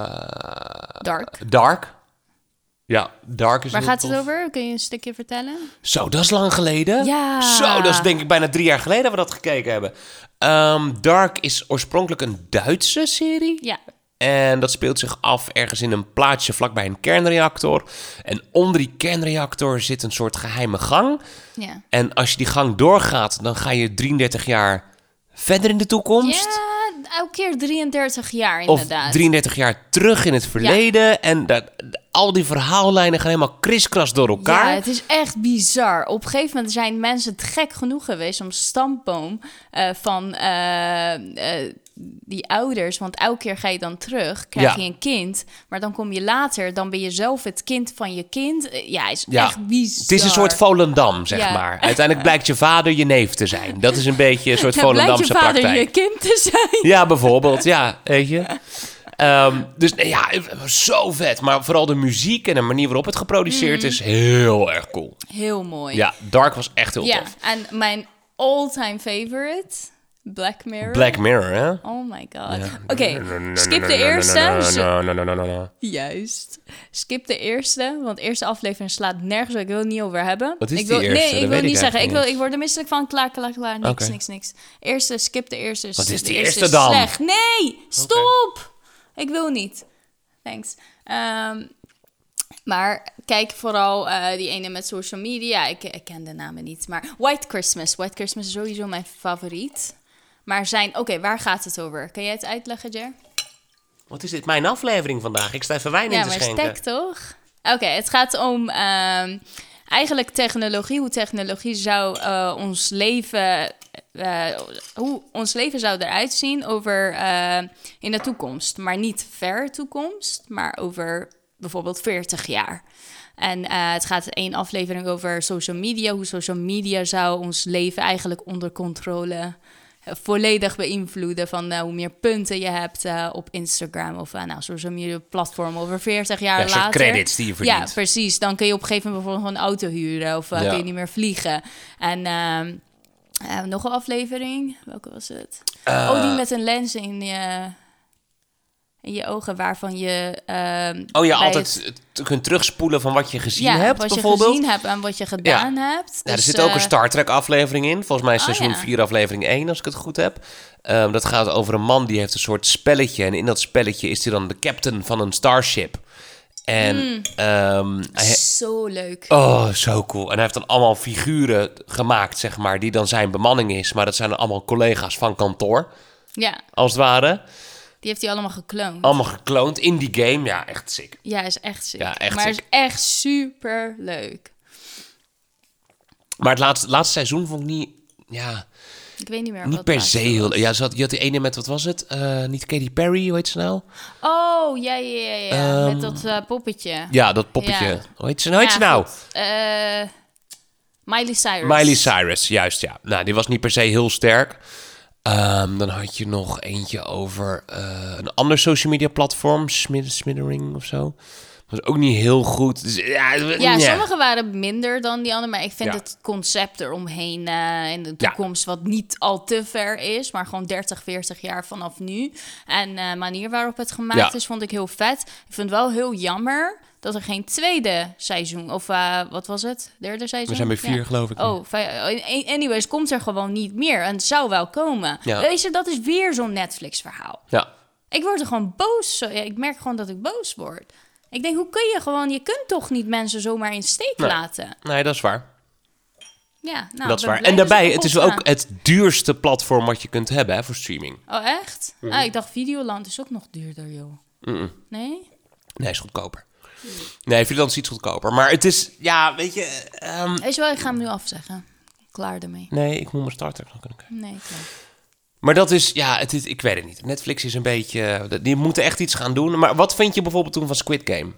Dark. Ja, Dark is... Waar gaat het over? Kun je een stukje vertellen? Zo, dat is lang geleden. Ja. Zo, dat is denk ik bijna 3 jaar geleden dat we dat gekeken hebben. Dark is oorspronkelijk een Duitse serie. Ja. En dat speelt zich af ergens in een plaatsje vlakbij een kernreactor. En onder die kernreactor zit een soort geheime gang. Ja. En als je die gang doorgaat, dan ga je 33 jaar verder in de toekomst. Ja, elke keer 33 jaar inderdaad. Of 33 jaar terug in het verleden. Ja. En al die verhaallijnen gaan helemaal kriskras door elkaar. Ja, het is echt bizar. Op een gegeven moment zijn mensen het gek genoeg geweest om stamboom van die ouders, want elke keer ga je dan terug, krijg je een kind, maar dan kom je later, dan ben je zelf het kind van je kind. Is echt bizar. Het is een soort Volendam, zeg maar. Uiteindelijk blijkt je vader je neef te zijn. Dat is een beetje een soort Volendamse praktijk. Blijkt je vader je kind te zijn. Ja, bijvoorbeeld. Ja, weet je. Dus zo vet. Maar vooral de muziek en de manier waarop het geproduceerd is, heel erg cool. Heel mooi. Ja, Dark was echt heel tof. En mijn all-time favorite... Black Mirror, hè? Oh my god. Oké, skip de eerste. Juist. Skip de eerste, want de eerste aflevering slaat nergens op. Ik wil het niet over hebben. Wat is die eerste? Nee, ik wil niet zeggen. Ik word er misselijk van. Klaar. Niks. Eerste, skip de eerste. Wat is die eerste dan? Slecht. Nee, stop. Okay. Ik wil niet. Thanks. Maar kijk vooral die ene met social media. Ik ken de namen niet, maar White Christmas. White Christmas is sowieso mijn favoriet. Maar waar gaat het over? Kan jij het uitleggen, Jer? Wat is dit? Mijn aflevering vandaag. Ik sta even wijn in te schenken. Ja, maar stek toch? Oké, het gaat om eigenlijk technologie. Hoe technologie zou ons leven... hoe ons leven zou eruit zien over in de toekomst. Maar niet ver toekomst, maar over bijvoorbeeld 40 jaar. En het gaat 1 aflevering over social media. Hoe social media zou ons leven eigenlijk onder controle volledig beïnvloeden. Van hoe meer punten je hebt op Instagram of social media platform over 40 jaar later. Ja, credits die je verdient. Ja, precies. Dan kun je op een gegeven moment bijvoorbeeld een auto huren of kun je niet meer vliegen. En nog een aflevering. Welke was het? Die met een lens in je ogen waarvan je... altijd kunt terugspoelen van wat je gezien hebt, wat bijvoorbeeld. Je gezien hebt en wat je gedaan hebt. Ja, er zit ook een Star Trek aflevering in. Volgens mij seizoen 4 aflevering 1, als ik het goed heb. Dat gaat over een man die heeft een soort spelletje. En in dat spelletje is hij dan de captain van een starship. En zo leuk. Oh, zo cool. En hij heeft dan allemaal figuren gemaakt, zeg maar, die dan zijn bemanning is. Maar dat zijn dan allemaal collega's van kantoor. Ja. Als het ware. Die heeft hij allemaal gekloond. Allemaal gekloond in die game. Ja, echt sick. Ja, is echt sick. Ja, echt maar sick. is echt super leuk. Maar het laatste seizoen vond ik niet... Ja, ik weet niet meer niet wat per se heel... Ja, je had die ene met, wat was het? Niet Katy Perry, hoe heet ze nou? Oh, ja. Met dat poppetje. Ja, dat poppetje. Ja. Hoe heet ze nou? Miley Cyrus. Miley Cyrus, juist, ja. Nou, die was niet per se heel sterk. Dan had je nog eentje over een ander social media platform. Smithering of zo. Dat was ook niet heel goed. Dus, sommige waren minder dan die andere. Maar ik vind het concept eromheen in de toekomst... wat niet al te ver is... maar gewoon 30, 40 jaar vanaf nu. En manier waarop het gemaakt is, vond ik heel vet. Ik vind het wel heel jammer... dat er geen tweede seizoen... of wat was het? Derde seizoen? We zijn bij 4, geloof ik. Anyways, komt er gewoon niet meer. En het zou wel komen. Ja. Weet je, dat is weer zo'n Netflix-verhaal. Ja. Ik word er gewoon boos. Ik merk gewoon dat ik boos word. Ik denk, hoe kun je gewoon... Je kunt toch niet mensen zomaar in steek laten? Nee, dat is waar. Ja, dat is waar. En daarbij, het is ook het duurste platform wat je kunt hebben, hè, voor streaming. Oh, echt? Ik dacht, Videoland is ook nog duurder, joh. Nee? Nee, is goedkoper. Nee, Videoland is iets goedkoper. Maar het is, weet je... Weet je wel, ik ga hem nu afzeggen. Klaar ermee. Nee, ik moet mijn starter nog kunnen kijken. Nee, klaar. Maar dat is, ik weet het niet. Netflix is een beetje... Die moeten echt iets gaan doen. Maar wat vind je bijvoorbeeld toen van Squid Game?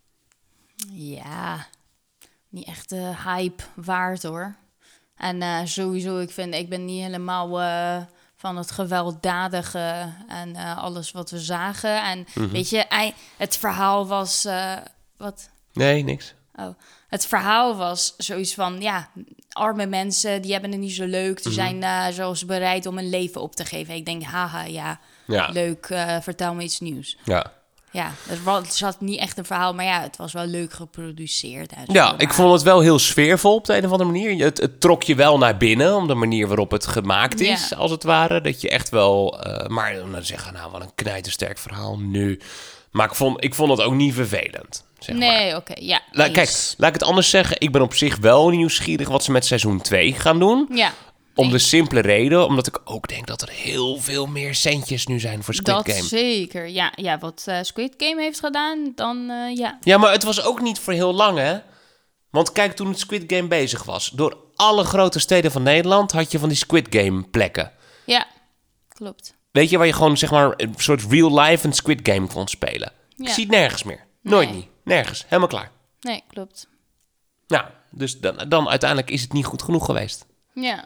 Ja, niet echt de hype waard, hoor. En sowieso, ik ben niet helemaal van het gewelddadige en alles wat we zagen. En weet je, het verhaal was... wat? Nee, niks. Oh, het verhaal was zoiets van, arme mensen, die hebben het niet zo leuk. Die zijn zoals bereid om hun leven op te geven. Ik denk, leuk, vertel me iets nieuws. Ja, het zat niet echt een verhaal, maar het was wel leuk geproduceerd. Ik vond het wel heel sfeervol op de een of andere manier. Het trok je wel naar binnen, om de manier waarop het gemaakt is, als het ware. Dat je echt wel, maar om dan te zeggen, wat een knijtersterk verhaal nu. Maar ik vond het ook niet vervelend. Zeg maar. Oké, ja. Kijk, laat ik het anders zeggen. Ik ben op zich wel nieuwsgierig wat ze met seizoen 2 gaan doen. Ja. Om de simpele reden, omdat ik ook denk dat er heel veel meer centjes nu zijn voor Squid Game. Dat zeker, ja. Wat Squid Game heeft gedaan, dan ja. Ja, maar het was ook niet voor heel lang, hè? Want kijk, toen het Squid Game bezig was... door alle grote steden van Nederland had je van die Squid Game plekken. Ja, klopt. Weet je, waar je gewoon, zeg maar, een soort real life een Squid Game kon spelen. Ja. Ik zie het nergens meer. Nooit niet. Nergens. Helemaal klaar. Nee, klopt. Nou, dus dan uiteindelijk is het niet goed genoeg geweest. Ja.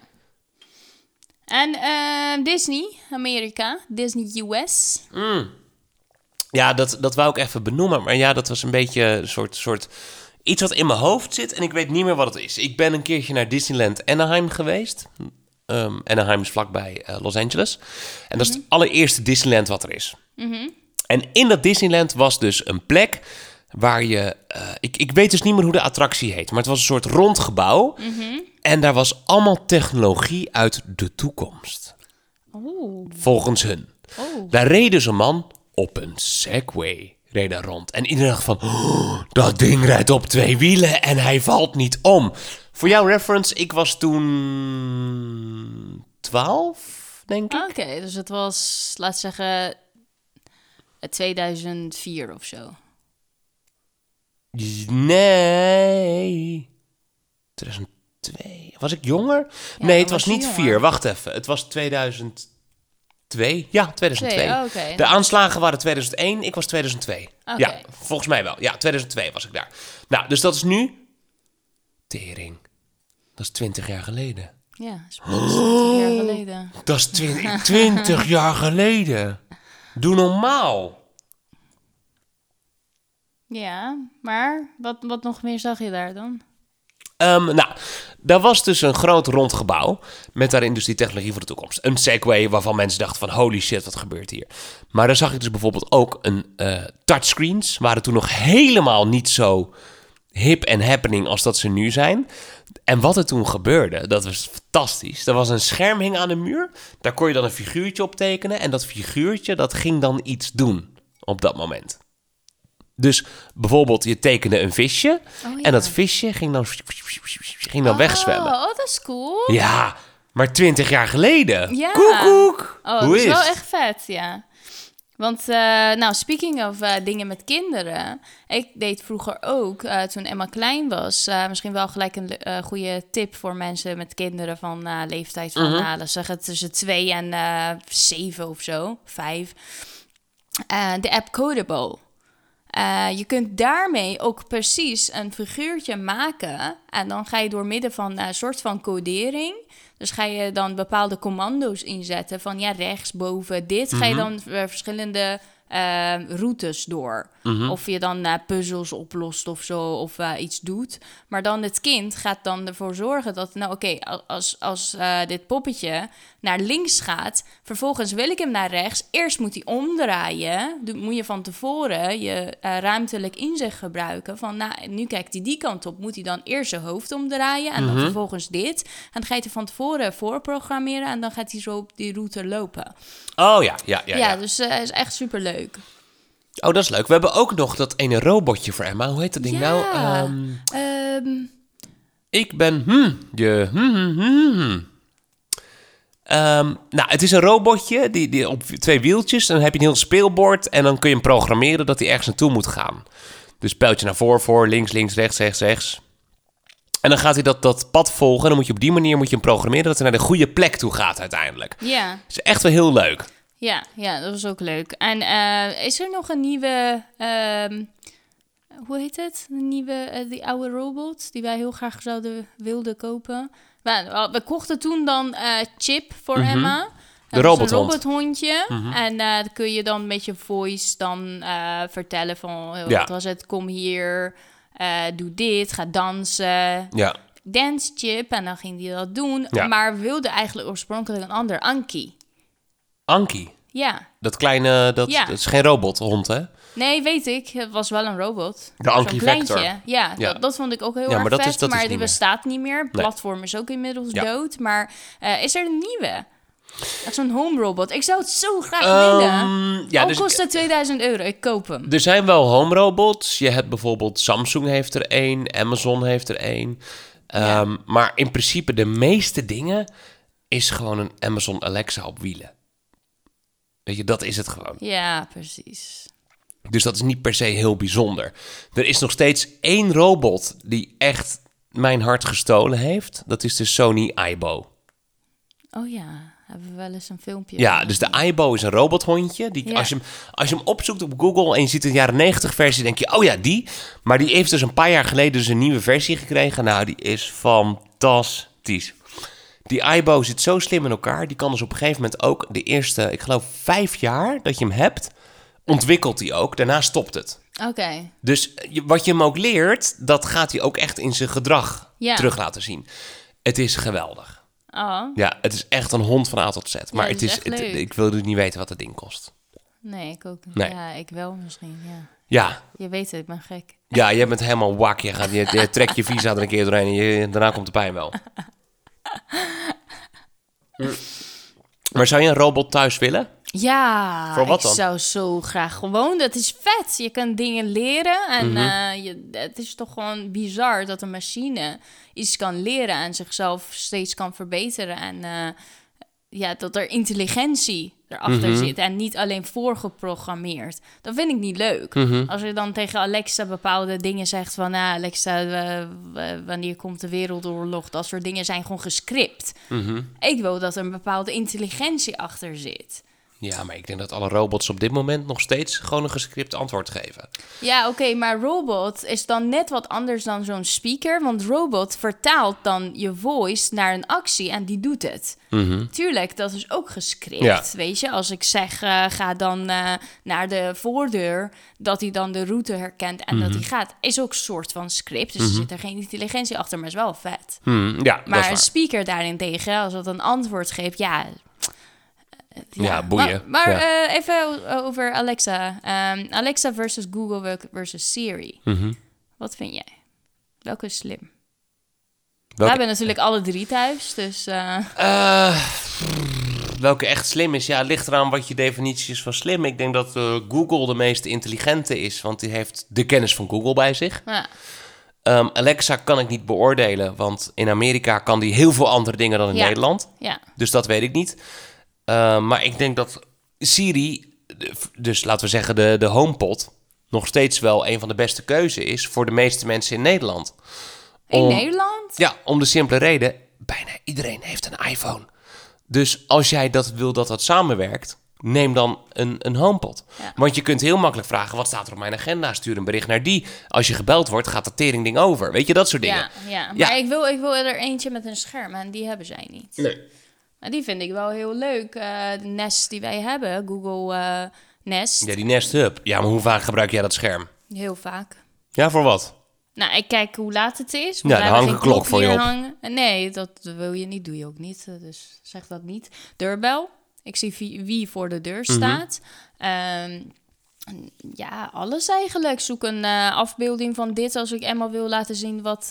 En Disney, Amerika, Disney US. Ja, dat wou ik even benoemen. Maar dat was een beetje een soort iets wat in mijn hoofd zit en ik weet niet meer wat het is. Ik ben een keertje naar Disneyland Anaheim geweest. Anaheim is vlakbij Los Angeles. En dat is het allereerste Disneyland wat er is. En in dat Disneyland was dus een plek waar je... Ik weet dus niet meer hoe de attractie heet, maar het was een soort rond gebouw. En daar was allemaal technologie uit de toekomst. Volgens hun. Daar reed dus een man op een Segway. Reed daar rond. En iedereen dacht van... dat ding rijdt op 2 wielen en hij valt niet om. Voor jouw reference, ik was toen 12, denk ik. Oké, dus het was, laat zeggen, 2004 of zo. Nee. 2002. Was ik jonger? Nee, het was niet 4. Wacht even. Het was 2002. 2002. Ja, 2002. Okay. De aanslagen waren 2001, ik was 2002. Okay. Ja, volgens mij wel. Ja, 2002 was ik daar. Nou, dus dat is nu... Tering. Dat is 20 jaar geleden. Ja, dat is 20 jaar geleden. Dat is 20 jaar geleden. Doe normaal. Ja, maar wat nog meer zag je daar dan? Nou, daar was dus een groot rond gebouw met daarin dus die technologie voor de toekomst. Een Segway waarvan mensen dachten van holy shit, wat gebeurt hier? Maar daar zag ik dus bijvoorbeeld ook een touchscreens. Waren toen nog helemaal niet zo hip en happening als dat ze nu zijn. En wat er toen gebeurde, dat was fantastisch. Er was een scherm hing aan de muur. Daar kon je dan een figuurtje op tekenen. En dat figuurtje, dat ging dan iets doen op dat moment. Dus bijvoorbeeld, je tekende een visje. Oh, ja. En dat visje ging dan wegzwemmen. Oh, dat is cool. Ja, maar 20 jaar geleden. Ja. Koekoek. Oh, Hoe dat is wel het? echt vet, ja. Want, speaking of dingen met kinderen. Ik deed vroeger ook, toen Emma klein was... misschien wel gelijk een goede tip voor mensen met kinderen van leeftijd van... laten zeggen tussen 2 en 7 of zo, 5. De app Codable. Je kunt daarmee ook precies een figuurtje maken. En dan ga je door middel van een soort van codering... Dus ga je dan bepaalde commando's inzetten van ja, rechts, boven, dit. Ga je dan verschillende routes door. Of je dan puzzels oplost of zo, of iets doet. Maar dan het kind gaat dan ervoor zorgen dat, nou oké, als dit poppetje naar links gaat, vervolgens wil ik hem naar rechts. Eerst moet hij omdraaien. Moet je van tevoren je ruimtelijk inzicht gebruiken. Van, nou, nu kijkt hij die kant op. Moet hij dan eerst zijn hoofd omdraaien en dan vervolgens dit. En dan ga je het van tevoren voorprogrammeren en dan gaat hij zo op die route lopen. Oh ja. Ja, dus is echt superleuk. Oh, dat is leuk. We hebben ook nog dat ene robotje voor Emma. Hoe heet dat ding nou? Ik ben... Nou, het is een robotje die op 2 wieltjes. Dan heb je een heel speelbord. En dan kun je hem programmeren dat hij ergens naartoe moet gaan. Dus pijltje naar voor, links, rechts. En dan gaat hij dat pad volgen. En dan moet je op die manier hem programmeren dat hij naar de goede plek toe gaat uiteindelijk. Ja. Dat is echt wel heel leuk. Ja, dat was ook leuk. En is er nog een nieuwe... hoe heet het? De nieuwe, die oude robot die wij heel graag wilden kopen. We kochten toen dan Chip voor Emma. De robothond. Een robothondje. En dan kun je dan met je voice dan vertellen van... Wat was het? Kom hier, doe dit, ga dansen. Ja. Dance Chip. En dan ging hij dat doen. Ja. Maar wilde eigenlijk oorspronkelijk een ander, Anki. Anki? Ja. Dat kleine, dat is geen robothond, hè? Nee, weet ik. Het was wel een robot. De Anki Vector. Ja, dat vond ik ook heel erg vet. Maar die bestaat niet meer. Het platform is ook inmiddels dood. Maar is er een nieuwe? Zo'n home robot. Ik zou het zo graag willen. Ja, dus kost het €2000. Ik koop hem. Er zijn wel home robots. Je hebt bijvoorbeeld Samsung heeft er 1. Amazon heeft er 1. Maar in principe de meeste dingen is gewoon een Amazon Alexa op wielen. Weet je, dat is het gewoon. Ja, precies. Dus dat is niet per se heel bijzonder. Er is nog steeds 1 robot die echt mijn hart gestolen heeft. Dat is de Sony Aibo. Oh ja, hebben we wel eens een filmpje. Ja, dus de Aibo is een robothondje. Die, als je hem opzoekt op Google en je ziet een jaren 90 versie, denk je, oh ja, die. Maar die heeft dus een paar jaar geleden dus een nieuwe versie gekregen. Nou, die is fantastisch. Die Aibo zit zo slim in elkaar. Die kan dus op een gegeven moment ook de eerste, ik geloof 5 jaar dat je hem hebt, ontwikkelt hij ook. Daarna stopt het. Oké. Dus wat je hem ook leert, dat gaat hij ook echt in zijn gedrag terug laten zien. Het is geweldig. Oh. Ja, het is echt een hond van A tot Z. Maar het is leuk. Ik wil dus niet weten wat het ding kost. Nee, ik ook niet. Nee. Ja, ik wel misschien, Ja. Je weet het, ik ben gek. Ja, je bent helemaal wak. Je trekt je visa er een keer doorheen en daarna komt de pijn wel. Maar zou je een robot thuis willen? Ja, voor wat dan? Ik zou zo graag gewoon... Dat is vet. Je kan dingen leren. En het is toch gewoon bizar dat een machine iets kan leren en zichzelf steeds kan verbeteren. En dat er intelligentie erachter zit en niet alleen voorgeprogrammeerd. Dat vind ik niet leuk. Als je dan tegen Alexa bepaalde dingen zegt van... Alexa, wanneer komt de wereldoorlog? Dat soort dingen zijn gewoon gescript. Ik wil dat er een bepaalde intelligentie achter zit. Ja, maar ik denk dat alle robots op dit moment nog steeds gewoon een gescript antwoord geven. Ja, oké, maar robot is dan net wat anders dan zo'n speaker. Want robot vertaalt dan je voice naar een actie en die doet het. Tuurlijk, dat is ook gescript, weet je. Als ik zeg, ga dan naar de voordeur, dat hij dan de route herkent en dat hij gaat. Is ook een soort van script, dus er zit er geen intelligentie achter, maar is wel vet. Ja, maar een speaker daarentegen, als dat een antwoord geeft, ja, boeien. Maar even over Alexa. Alexa versus Google versus Siri. Wat vind jij? Welke is slim? We hebben natuurlijk alle 3 thuis, dus... Welke echt slim is? Ja, het ligt eraan wat je definitie is van slim. Ik denk dat Google de meest intelligente is, want die heeft de kennis van Google bij zich. Ja. Alexa kan ik niet beoordelen, want in Amerika kan die heel veel andere dingen dan in Nederland. Ja. Dus dat weet ik niet. Maar ik denk dat Siri, dus laten we zeggen de HomePod, nog steeds wel een van de beste keuzes is voor de meeste mensen in Nederland. In Nederland? Ja, om de simpele reden, bijna iedereen heeft een iPhone. Dus als jij wil dat samenwerkt, neem dan een HomePod. Ja. Want je kunt heel makkelijk vragen, wat staat er op mijn agenda? Stuur een bericht naar die. Als je gebeld wordt, gaat dat teringding over. Weet je, dat soort dingen. Ja. Maar ik wil er eentje met een scherm en die hebben zij niet. Nee. Maar die vind ik wel heel leuk. De Nest die wij hebben, Google Nest. Ja, die Nest Hub. Ja, maar hoe vaak gebruik jij dat scherm? Heel vaak. Ja, voor wat? Nou, ik kijk hoe laat het is. Ja, dan hangt een klok voor je op. Hangen. Nee, dat wil je niet, doe je ook niet. Dus zeg dat niet. Deurbel. Ik zie wie voor de deur staat. Ja, alles eigenlijk. Zoek een afbeelding van dit als ik Emma wil laten zien wat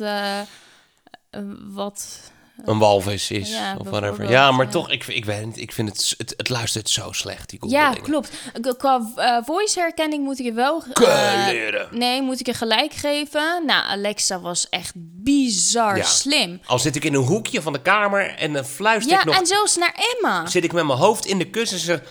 een walvis is, ja, of whatever. Ja, maar toch, ik weet niet, ik vind het luistert zo slecht, die Google dingen. Klopt. Qua voice herkenning moet ik je wel... moet ik je gelijk geven. Nou, Alexa was echt bizar slim. Al zit ik in een hoekje van de kamer en dan fluister ik nog... Ja, en zelfs naar Emma. Zit ik met mijn hoofd in de kussen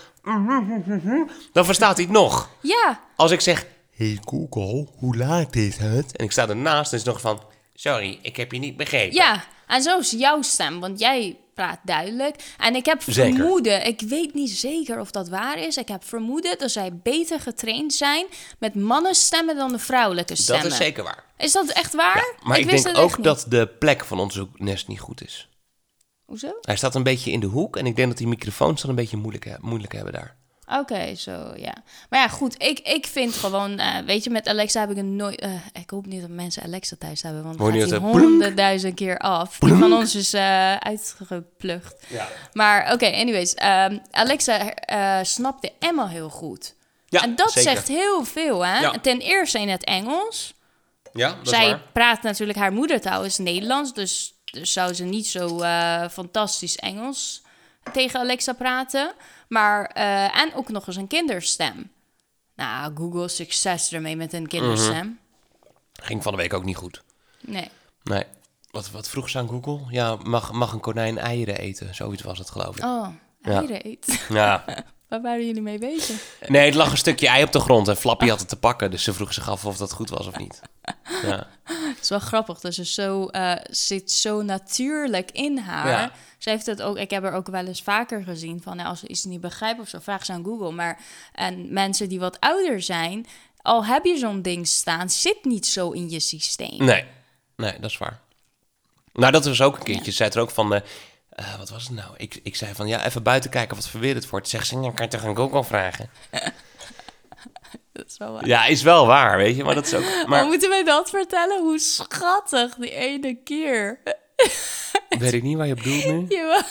dan verstaat hij het nog. Ja. Als ik zeg, hey Google, hoe laat is het? En ik sta ernaast en is nog van, sorry, ik heb je niet begrepen. Ja, en zo is jouw stem, want jij praat duidelijk. En ik heb vermoeden, ik weet niet zeker of dat waar is. Ik heb vermoeden dat zij beter getraind zijn met mannenstemmen dan de vrouwelijke stemmen. Dat is zeker waar. Is dat echt waar? Ja, maar ik denk ook dat de plek van onze Nest niet goed is. Hoezo? Hij staat een beetje in de hoek en ik denk dat die microfoons dan een beetje moeilijk hebben daar. Oké, zo, ja. Maar ja, goed, ik vind gewoon... weet je, met Alexa heb ik een nooit... ik hoop niet dat mensen Alexa thuis hebben, want dan gaat die 100.000 keer af. Die van ons is uitgeplucht. Ja. Maar oké, anyways. Alexa snapte Emma heel goed. Ja, en dat zegt heel veel, hè? Ja. Ten eerste in het Engels. Ja, dat Zij is waar. praat natuurlijk... Haar moedertaal is Nederlands, dus zou ze niet zo fantastisch Engels tegen Alexa praten... Maar, en ook nog eens een kinderstem. Nou, Google succes ermee met een kinderstem. Ging van de week ook niet goed. Nee. Wat vroeg ze aan Google? Ja, mag een konijn eieren eten? Zoiets was het, geloof ik. Oh, eieren eten? Ja. Waar waren jullie mee bezig? Nee, het lag een stukje ei op de grond en Flappy had het te pakken. Dus ze vroeg zich af of dat goed was of niet. Ja. Het is wel grappig. Dus ze zit zo natuurlijk in haar. Ja. Ze heeft het ook, ik heb er ook wel eens vaker gezien van... als ze iets niet begrijpen of zo, vraag ze aan Google. Maar en mensen die wat ouder zijn... al heb je zo'n ding staan, zit niet zo in je systeem. Nee, dat is waar. Nou, dat was ook een keertje. Ze zei er ook van... wat was het nou? Ik zei van, ja, even buiten kijken wat voor weer het wordt. Zegt ze, dan kan je toch aan Google vragen? Dat is wel waar. Ja, is wel waar, weet je. Maar dat is ook... Maar moeten wij dat vertellen? Hoe schattig, die ene keer. Weet ik niet waar je bedoelt nu.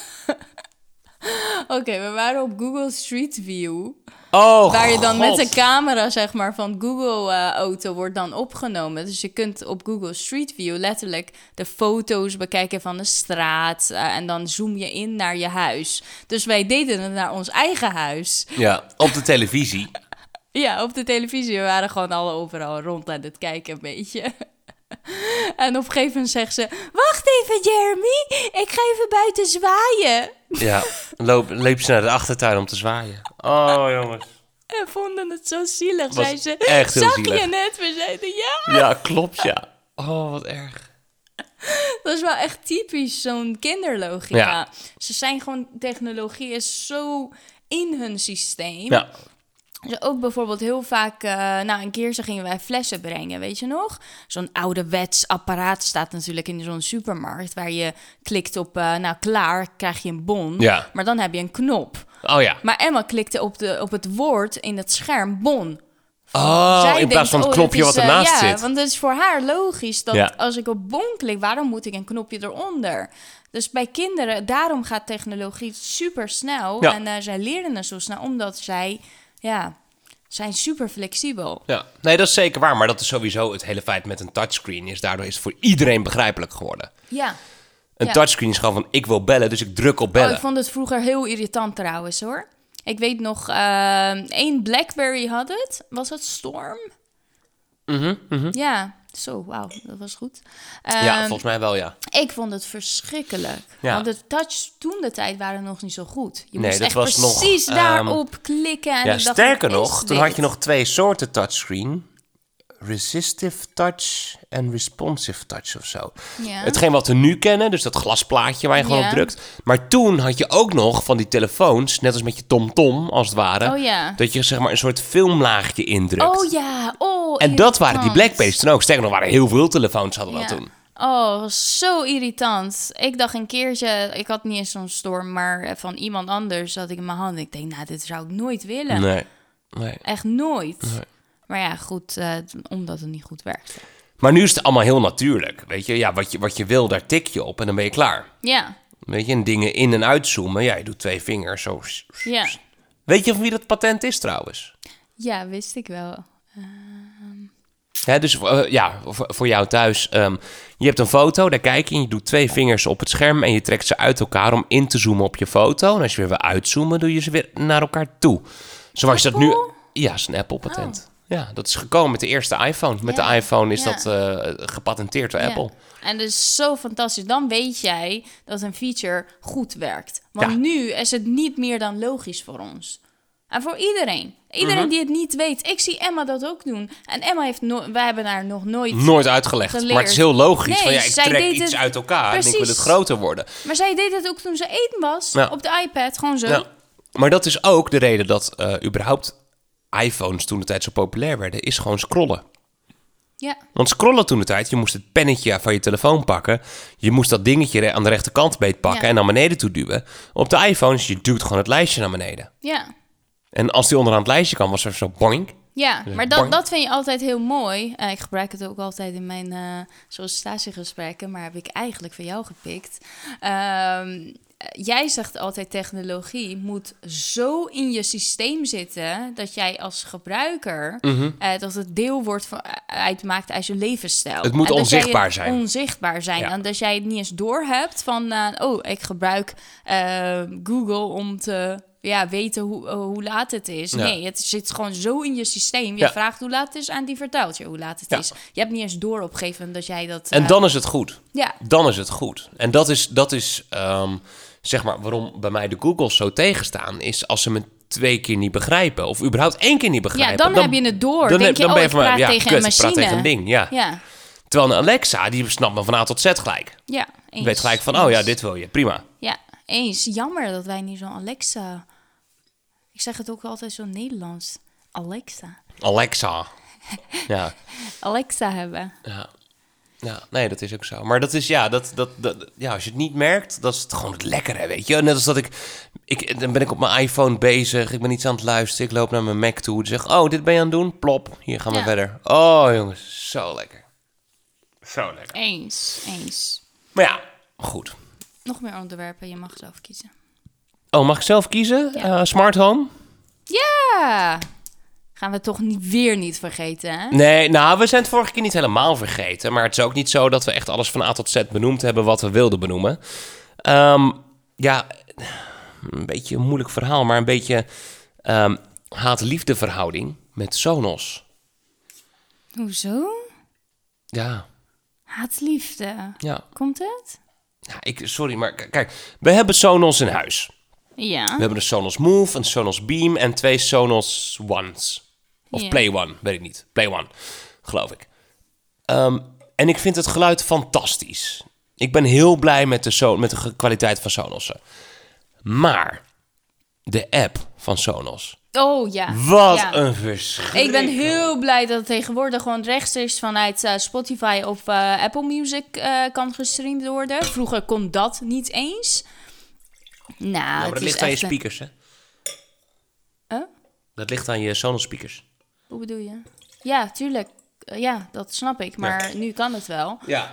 Oké, we waren op Google Street View. Oh, waar je dan met de camera, zeg maar, van Google-auto wordt dan opgenomen. Dus je kunt op Google Street View letterlijk de foto's bekijken van de straat. En dan zoom je in naar je huis. Dus wij deden het naar ons eigen huis. Ja, op de televisie. Ja, op de televisie. We waren gewoon al overal rond aan het kijken een beetje. En op een gegeven moment zegt ze... Wacht even, Jeremy. Ik ga even buiten zwaaien. Ja, leep ze naar de achtertuin om te zwaaien. Oh, jongens. En vonden het zo zielig, zei ze. Echt heel zag zielig. Je net? We zeiden ja. Ja, klopt, ja. Oh, wat erg. Dat is wel echt typisch zo'n kinderlogica. Ja. Ze zijn gewoon... Technologie is zo in hun systeem. Ja. Dus ook bijvoorbeeld heel vaak... een keer zo gingen wij flessen brengen, weet je nog? Zo'n ouderwets apparaat staat natuurlijk in zo'n supermarkt... waar je klikt op, klaar, krijg je een bon. Ja. Maar dan heb je een knop. Oh ja. Maar Emma klikte op het woord in het scherm bon. In plaats van het knopje wat ernaast zit. Ja, want het is voor haar logisch dat als ik op bon klik... waarom moet ik een knopje eronder? Dus bij kinderen, daarom gaat technologie super snel. Ja. En zij leren het zo snel, omdat zij... zijn super flexibel. Ja, nee, dat is zeker waar. Maar dat is sowieso het hele feit met een touchscreen. Daardoor is het voor iedereen begrijpelijk geworden. Ja. Een touchscreen is gewoon van, ik wil bellen, dus ik druk op bellen. Ik vond het vroeger heel irritant trouwens, hoor. Ik weet nog, 1 BlackBerry had het. Was dat Storm? Ja, zo, wauw, dat was goed. Volgens mij wel, ja. Ik vond het verschrikkelijk. Ja. Want de touch toen de tijd waren nog niet zo goed. Je Nee, moest dat echt was nog, precies daarop klikken. En Ja, ik dacht, sterker wat nog, is toen dit? had je nog 2 soorten touchscreen. Resistive touch en responsive touch of zo. Ja. Hetgeen wat we nu kennen, dus dat glasplaatje waar je gewoon op drukt. Maar toen had je ook nog van die telefoons, net als met je TomTom als het ware, dat je zeg maar een soort filmlaagje indrukt. Oh ja, en dat waren die Blackberries toen ook. Sterker nog, waren heel veel telefoons hadden dat toen. Oh, dat was zo irritant. Ik dacht een keertje, ik had niet eens zo'n Storm, maar van iemand anders had ik in mijn hand. Ik denk, nou, dit zou ik nooit willen. Nee. Echt nooit. Nee. Maar ja, goed, omdat het niet goed werkte. Maar nu is het allemaal heel natuurlijk. Weet je, ja, wat je wil, daar tik je op en dan ben je klaar. Ja. Weet je, en dingen in- en uitzoomen. Ja, je doet 2 vingers zo. Ja. Weet je van wie dat patent is trouwens? Ja, wist ik wel. Ja, dus voor jou thuis. Je hebt een foto, daar kijk je en je doet 2 vingers op het scherm en je trekt ze uit elkaar om in te zoomen op je foto. En als je weer wil uitzoomen, doe je ze weer naar elkaar toe. Zoals je dat nu... Ja, is een Apple-patent. Ja, dat is gekomen met de eerste iPhone. Met de iPhone is dat gepatenteerd door Apple. En dat is zo fantastisch. Dan weet jij dat een feature goed werkt. Want nu is het niet meer dan logisch voor ons. En voor iedereen. Iedereen die het niet weet. Ik zie Emma dat ook doen. En Emma heeft wij hebben haar nog nooit uitgelegd. geleerd. Maar het is heel logisch. Nee, ik trek iets uit elkaar en ik wil het groter worden. Maar zij deed het ook toen ze 1 was. Op de iPad, gewoon zo. Ja. Maar dat is ook de reden dat überhaupt iPhones toen de tijd zo populair werden, is gewoon scrollen. Ja. Want scrollen toen de tijd, je moest het pennetje van je telefoon pakken. Je moest dat dingetje aan de rechterkant beetpakken en naar beneden toe duwen. Op de iPhones, je duwt gewoon het lijstje naar beneden. Ja. En als die onderaan het lijstje kwam, was er zo boink. Ja, maar dat vind je altijd heel mooi. Ik gebruik het ook altijd in mijn sollicitatiegesprekken, maar heb ik eigenlijk van jou gepikt. Jij zegt altijd technologie moet zo in je systeem zitten dat jij als gebruiker dat het deel wordt uitmaakt uit je levensstijl. Het moet onzichtbaar zijn. Onzichtbaar zijn. En dat jij het niet eens doorhebt van ik gebruik Google om te weten hoe laat het is. Ja. Nee, het zit gewoon zo in je systeem. Je vraagt hoe laat het is en die vertelt je hoe laat het is. Je hebt niet eens door op een gegeven moment dat jij dat... En dan is het goed. Ja. Dan is het goed. En dat is zeg maar waarom bij mij de Googles zo tegenstaan, is als ze me 2 keer niet begrijpen of überhaupt 1 keer niet begrijpen. Ja, dan heb je het door. Dan denk je, ben je van, tegen een machine. Praat tegen een ding, ja. Terwijl een Alexa, die snapt me van A tot Z gelijk. Ja, eens. Die weet gelijk van, dit wil je, prima. Ja, eens. Jammer dat wij niet zo'n Alexa... Ik zeg het ook altijd zo Nederlands. Alexa. Ja. Alexa hebben. Ja, nee, dat is ook zo. Maar dat is, als je het niet merkt, dat is het gewoon het lekkere, weet je. Net als dat dan ben ik op mijn iPhone bezig, ik ben iets aan het luisteren, ik loop naar mijn Mac toe, zeg, dit ben je aan het doen? Plop, hier gaan we verder. Oh, jongens, zo lekker. Zo lekker. Eens. Maar ja, goed. Nog meer onderwerpen, je mag zelf kiezen. Oh, mag ik zelf kiezen? Ja. Smart home? Ja! Gaan we toch weer niet vergeten, hè? Nee, we zijn het vorige keer niet helemaal vergeten. Maar het is ook niet zo dat we echt alles van A tot Z benoemd hebben wat we wilden benoemen. Een beetje een moeilijk verhaal, maar een beetje haat-liefde verhouding met Sonos. Hoezo? Ja. Haat-liefde? Ja. Komt het? Ja, sorry, maar kijk, we hebben Sonos in huis. Ja. We hebben een Sonos Move, een Sonos Beam en 2 Sonos Ones. Of Play One, weet ik niet. Play One, geloof ik. En ik vind het geluid fantastisch. Ik ben heel blij met de kwaliteit van Sonossen. Maar De app van Sonos. Oh ja. Wat een verschil. Ik ben heel blij dat het tegenwoordig gewoon rechtstreeks vanuit Spotify of Apple Music kan gestreamd worden. Vroeger kon dat niet eens. Nou, maar dat ligt aan je speakers, hè? Huh? Dat ligt aan je Sonos speakers. Hoe bedoel je? Ja, tuurlijk. Ja, dat snap ik. Maar nu kan het wel. Ja.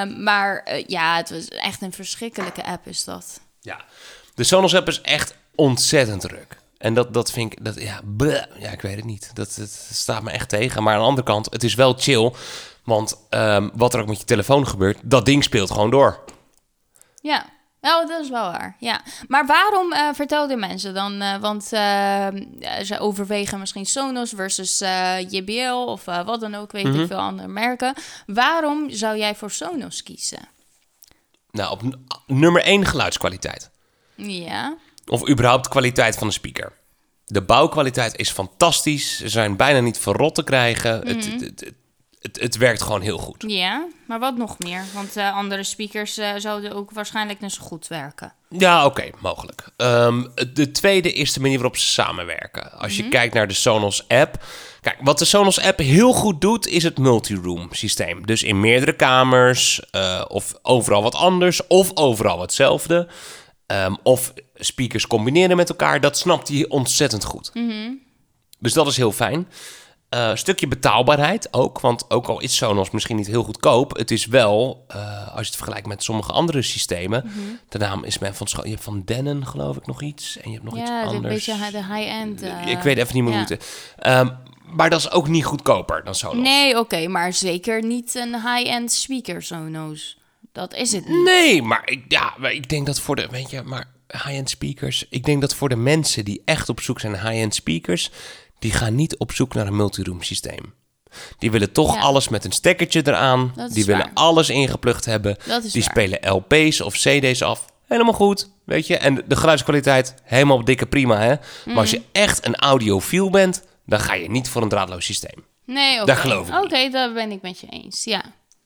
Het was echt een verschrikkelijke app is dat. Ja, de Sonos app is echt ontzettend druk. En dat vind ik, ik weet het niet. Dat staat me echt tegen. Maar aan de andere kant, het is wel chill. Want wat er ook met je telefoon gebeurt, dat ding speelt gewoon door. Ja, nou, dat is wel waar. Ja. Maar waarom vertelden mensen dan? Want ze overwegen misschien Sonos versus JBL of wat dan ook, weet ik veel andere merken. Waarom zou jij voor Sonos kiezen? Nou, op nummer 1 geluidskwaliteit. Ja. Of überhaupt kwaliteit van de speaker. De bouwkwaliteit is fantastisch. Ze zijn bijna niet verrot te krijgen. Het werkt gewoon heel goed. Ja, maar wat nog meer? Want andere speakers zouden ook waarschijnlijk net zo goed werken. Ja, oké, mogelijk. De tweede is de manier waarop ze samenwerken. Als je kijkt naar de Sonos app. Kijk, wat de Sonos app heel goed doet, is het multiroom systeem. Dus in meerdere kamers, of overal wat anders, of overal hetzelfde. Of speakers combineren met elkaar. Dat snapt hij ontzettend goed. Dus dat is heel fijn. Stukje betaalbaarheid ook. Want ook al is Sonos misschien niet heel goedkoop, het is wel, als je het vergelijkt met sommige andere systemen. De naam is je hebt van Denon, geloof ik, nog iets. En je hebt nog iets anders. Ja, een beetje de high-end. Ik weet even niet meer hoe het. Maar dat is ook niet goedkoper dan Sonos. Nee, oké, maar zeker niet een high-end speaker Sonos. Dat is het niet. Nee, maar ik denk dat voor de, high-end speakers, ik denk dat voor de mensen die echt op zoek zijn naar high-end speakers, die gaan niet op zoek naar een multiroom systeem. Die willen toch alles met een stekkertje eraan. Die willen alles ingeplucht hebben. Die spelen LP's of CD's af. Helemaal goed, weet je. En de geluidskwaliteit, helemaal dikke prima, hè. Maar als je echt een audiofiel bent, dan ga je niet voor een draadloos systeem. Nee, oké. Daar geloof ik niet. Oké, daar ben ik met je eens, ja.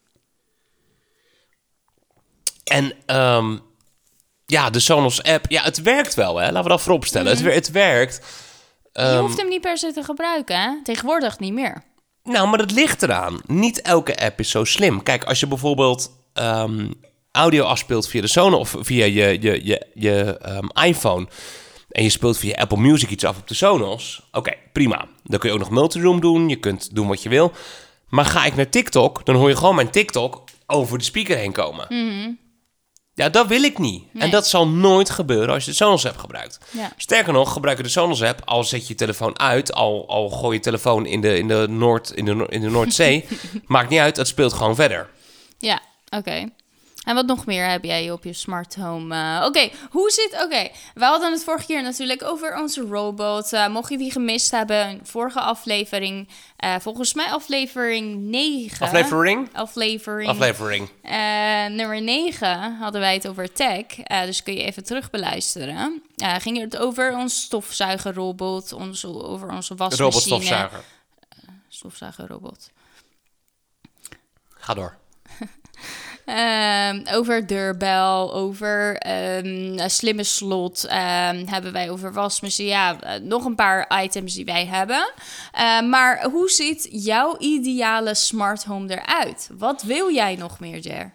En de Sonos app, het werkt wel, hè. Laten we dat vooropstellen. Het werkt. Je hoeft hem niet per se te gebruiken, hè? Tegenwoordig niet meer. Nou, maar dat ligt eraan. Niet elke app is zo slim. Kijk, als je bijvoorbeeld audio afspeelt via de Sonos of via je iPhone en je speelt via Apple Music iets af op de Sonos, oké, prima. Dan kun je ook nog multiroom doen. Je kunt doen wat je wil. Maar ga ik naar TikTok, dan hoor je gewoon mijn TikTok over de speaker heen komen. Ja, dat wil ik niet. Nee. En dat zal nooit gebeuren als je de Sonos app gebruikt. Ja. Sterker nog, gebruik je de Sonos app, al zet je je telefoon uit, al gooi je telefoon in de Noordzee, maakt niet uit, het speelt gewoon verder. Ja, oké. En wat nog meer heb jij op je smart home? Oké, we hadden het vorige keer natuurlijk over onze robot. Mocht je die gemist hebben, vorige aflevering, volgens mij aflevering 9. Aflevering. Nummer nummer 9 hadden wij het over tech, dus kun je even terugbeluisteren. Ging het over ons stofzuigerrobot, over onze wasmachine. Robotstofzuiger. Stofzuigerrobot. Ga door. Over deurbel, over slimme slot, hebben wij over wasmachine. Ja, nog een paar items die wij hebben. Maar hoe ziet jouw ideale smart home eruit? Wat wil jij nog meer, Jer?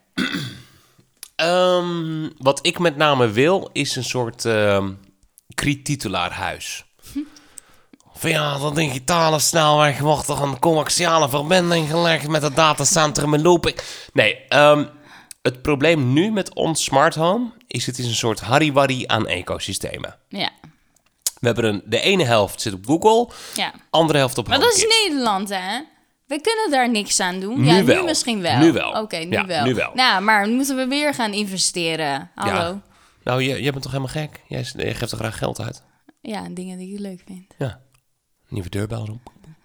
Wat ik met name wil, is een soort kriettitulaarhuis. Van dat digitale snelweg wordt toch een coaxiale verbinding gelegd met het datacentrum in looping. Nee, het probleem nu met ons smart home is het is een soort harriwari aan ecosystemen. Ja. We hebben de ene helft zit op Google, andere helft op HomeKit. Maar dat is Nederland, hè? We kunnen daar niks aan doen. Nu wel. Nu misschien wel. Nu wel. Oké, nu wel. Nou, maar moeten we weer gaan investeren? Hallo? Ja. Nou, jij bent toch helemaal gek? Jij geeft toch graag geld uit? Ja, dingen die je leuk vindt. Ja. Nieuwe deurbel.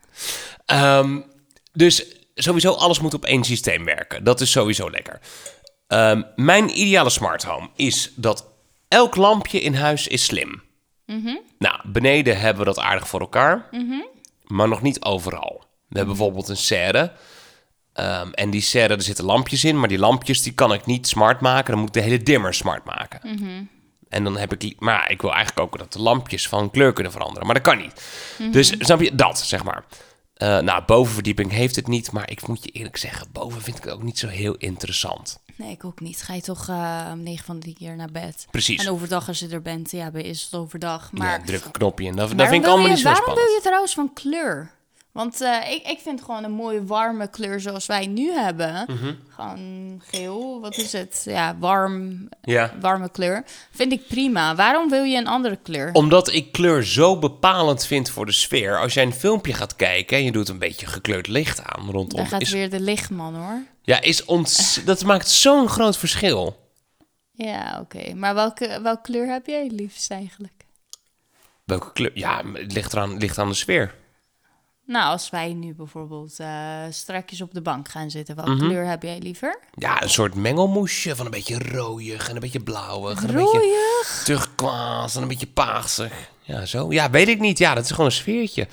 Dus sowieso alles moet op één systeem werken. Dat is sowieso lekker. Mijn ideale smart home is dat elk lampje in huis is slim. Nou, beneden hebben we dat aardig voor elkaar. Maar nog niet overal. We hebben bijvoorbeeld een serre. En die serre, er zitten lampjes in. Maar die lampjes die kan ik niet smart maken. Dan moet ik de hele dimmer smart maken. En dan heb ik... Maar ik wil eigenlijk ook dat de lampjes van kleur kunnen veranderen. Maar dat kan niet. Dus snap je dat, zeg maar. Bovenverdieping heeft het niet. Maar ik moet je eerlijk zeggen, boven vind ik het ook niet zo heel interessant. Nee, ik ook niet. Ga je toch 9 van de keer naar bed. Precies. En overdag als je er bent, is het overdag. Maar Ja, druk een knopje en dat vind ik allemaal niet zo spannend. Waarom wil je trouwens van kleur? Want ik vind gewoon een mooie warme kleur zoals wij nu hebben. Gewoon geel, wat is het? Ja, warme kleur. Vind ik prima. Waarom wil je een andere kleur? Omdat ik kleur zo bepalend vind voor de sfeer. Als jij een filmpje gaat kijken en je doet een beetje gekleurd licht aan rondom... Dan gaat weer de lichtman, hoor. Ja, dat maakt zo'n groot verschil. Ja, oké. Maar welke kleur heb jij liefst eigenlijk? Welke kleur? Ja, het ligt aan de sfeer. Nou, als wij nu bijvoorbeeld strakjes op de bank gaan zitten, welke kleur heb jij liever? Ja, een soort mengelmoesje van een beetje rooiig en een beetje blauwig. En een beetje turquoise en een beetje paarsig. Ja, zo. Ja, weet ik niet. Ja, dat is gewoon een sfeertje.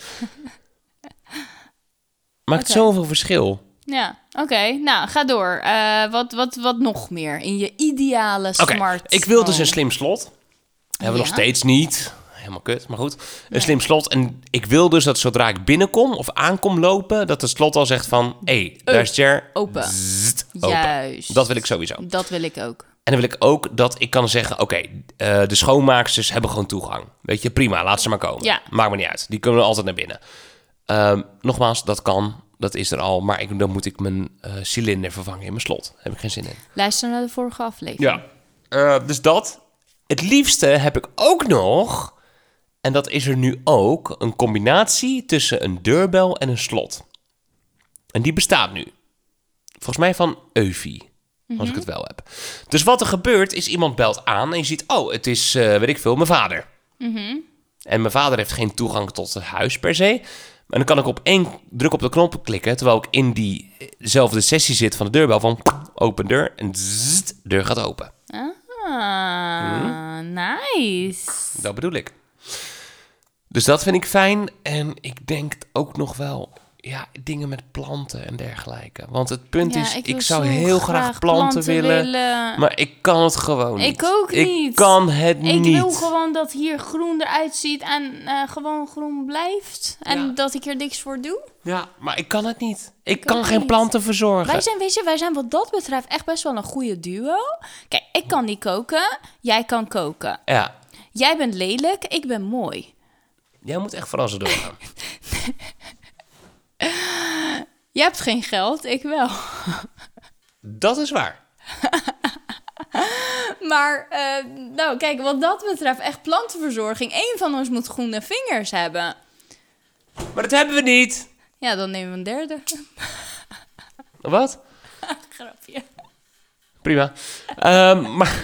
Maakt zoveel verschil. Ja, oké. Nou, ga door. Wat nog meer in je ideale smart... Ik wil dus een slim slot. Hebben we nog steeds niet. Helemaal kut, maar goed. Een slim slot. En ik wil dus dat zodra ik binnenkom of aankom lopen... dat het slot al zegt van... daar is Jer. Open. Open. Juist. Dat wil ik sowieso. Dat wil ik ook. En dan wil ik ook dat ik kan zeggen... Oké, de schoonmaaksters hebben gewoon toegang. Weet je, prima, laat ze maar komen. Ja. Maakt me niet uit. Die kunnen altijd naar binnen. Nogmaals, dat kan... Dat is er al, maar dan moet ik mijn cilinder vervangen in mijn slot. Daar heb ik geen zin in. Luister naar de vorige aflevering. Ja, dus dat. Het liefste heb ik ook nog, en dat is er nu ook, een combinatie tussen een deurbel en een slot. En die bestaat nu. Volgens mij van Eufy, als ik het wel heb. Dus wat er gebeurt is, iemand belt aan en je ziet... het is, weet ik veel, mijn vader. En mijn vader heeft geen toegang tot het huis per se... En dan kan ik op één druk op de knop klikken... terwijl ik in diezelfde sessie zit van de deurbel... van open deur en de deur gaat open. Nice. Dat bedoel ik. Dus dat vind ik fijn. En ik denk ook nog wel... dingen met planten en dergelijke. Want het punt is... Ik zou heel graag planten willen... maar ik kan het gewoon niet. Ik ook niet. Ik kan het niet. Ik wil gewoon dat hier groen eruit ziet... en gewoon groen blijft. En dat ik er niks voor doe. Ja, maar ik kan het niet. Ik kan geen planten verzorgen. Wij zijn wat dat betreft echt best wel een goede duo. Kijk, ik kan niet koken. Jij kan koken. Ja. Jij bent lelijk. Ik ben mooi. Jij moet echt vooral zo doorgaan. Je hebt geen geld, ik wel. Dat is waar. Maar, kijk, wat dat betreft, echt plantenverzorging. Eén van ons moet groene vingers hebben. Maar dat hebben we niet. Ja, dan nemen we een derde. Wat? Grapje. Prima. Maar...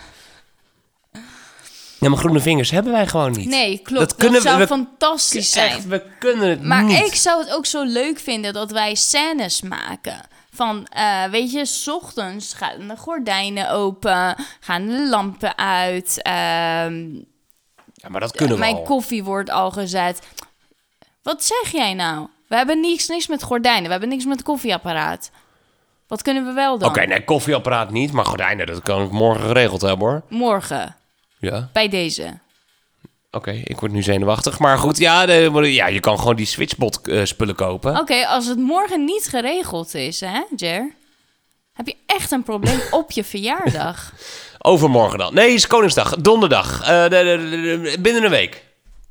Ja, maar groene vingers hebben wij gewoon niet. Nee, klopt. Dat zou fantastisch zijn. Echt, we kunnen het niet. Maar ik zou het ook zo leuk vinden dat wij scènes maken. Van, weet je, 's ochtends gaan de gordijnen open, gaan de lampen uit. Ja, maar dat kunnen we al. Mijn koffie wordt al gezet. Wat zeg jij nou? We hebben niks met gordijnen. We hebben niks met koffieapparaat. Wat kunnen we wel dan? Oké, nee, koffieapparaat niet, maar gordijnen, dat kan ik morgen geregeld hebben, hoor. Morgen? Ja. Bij deze. Oké, ik word nu zenuwachtig. Maar goed, je kan gewoon die switchbot spullen kopen. Oké, als het morgen niet geregeld is, hè, Jer? Heb je echt een probleem op je verjaardag? Overmorgen dan. Nee, het is Koningsdag. Donderdag. Binnen een week.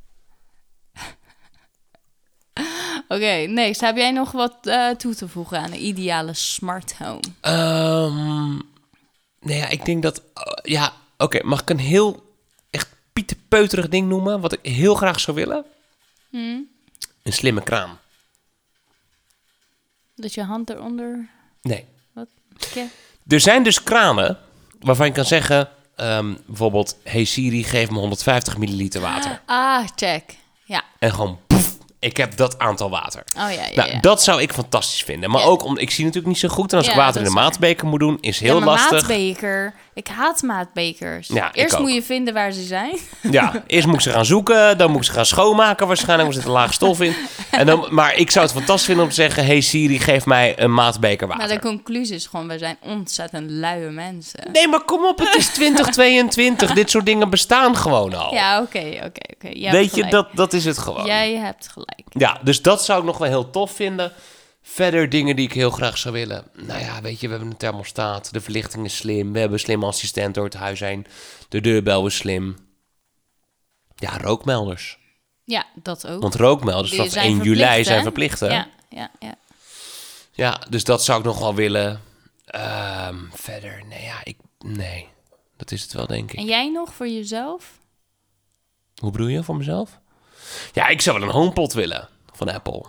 Oké, next. Heb jij nog wat toe te voegen aan een ideale smart home? Ik denk dat... Oké, mag ik een heel echt pieterpeuterig ding noemen... wat ik heel graag zou willen? Een slimme kraan. Dat je hand eronder... Nee. Wat? Okay. Er zijn dus kranen waarvan je kan zeggen... bijvoorbeeld... Hey Siri, geef me 150 milliliter water. Check. Ja. En gewoon... Poef, ik heb dat aantal water. Dat zou ik fantastisch vinden. Maar ook, ik zie natuurlijk niet zo goed... en als ik water in de maatbeker moet doen, is heel lastig. Maar maatbeker... Ik haat maatbekers. Ja, Eerst moet je vinden waar ze zijn. Ja, eerst moet ik ze gaan zoeken. Dan moet ik ze gaan schoonmaken waarschijnlijk. Er zit een laag stof in. Maar ik zou het fantastisch vinden om te zeggen... Hey Siri, geef mij een maatbeker water. Maar de conclusie is gewoon... wij zijn ontzettend luie mensen. Nee, maar kom op, het is 2022. Dit soort dingen bestaan gewoon al. Ja, oké. Weet je, dat is het gewoon. Jij hebt gelijk. Ja, dus dat zou ik nog wel heel tof vinden. Verder dingen die ik heel graag zou willen. Nou ja, weet je, we hebben een thermostaat. De verlichting is slim. We hebben een slimme assistent door het huis heen. De deurbel is slim. Ja, rookmelders. Ja, dat ook. Want rookmelders vanaf 1 juli zijn verplicht, hè? Ja. Ja, dus dat zou ik nog wel willen. Verder, nee. Dat is het wel, denk ik. En jij nog voor jezelf? Hoe bedoel je, voor mezelf? Ja, ik zou wel een HomePod willen van Apple.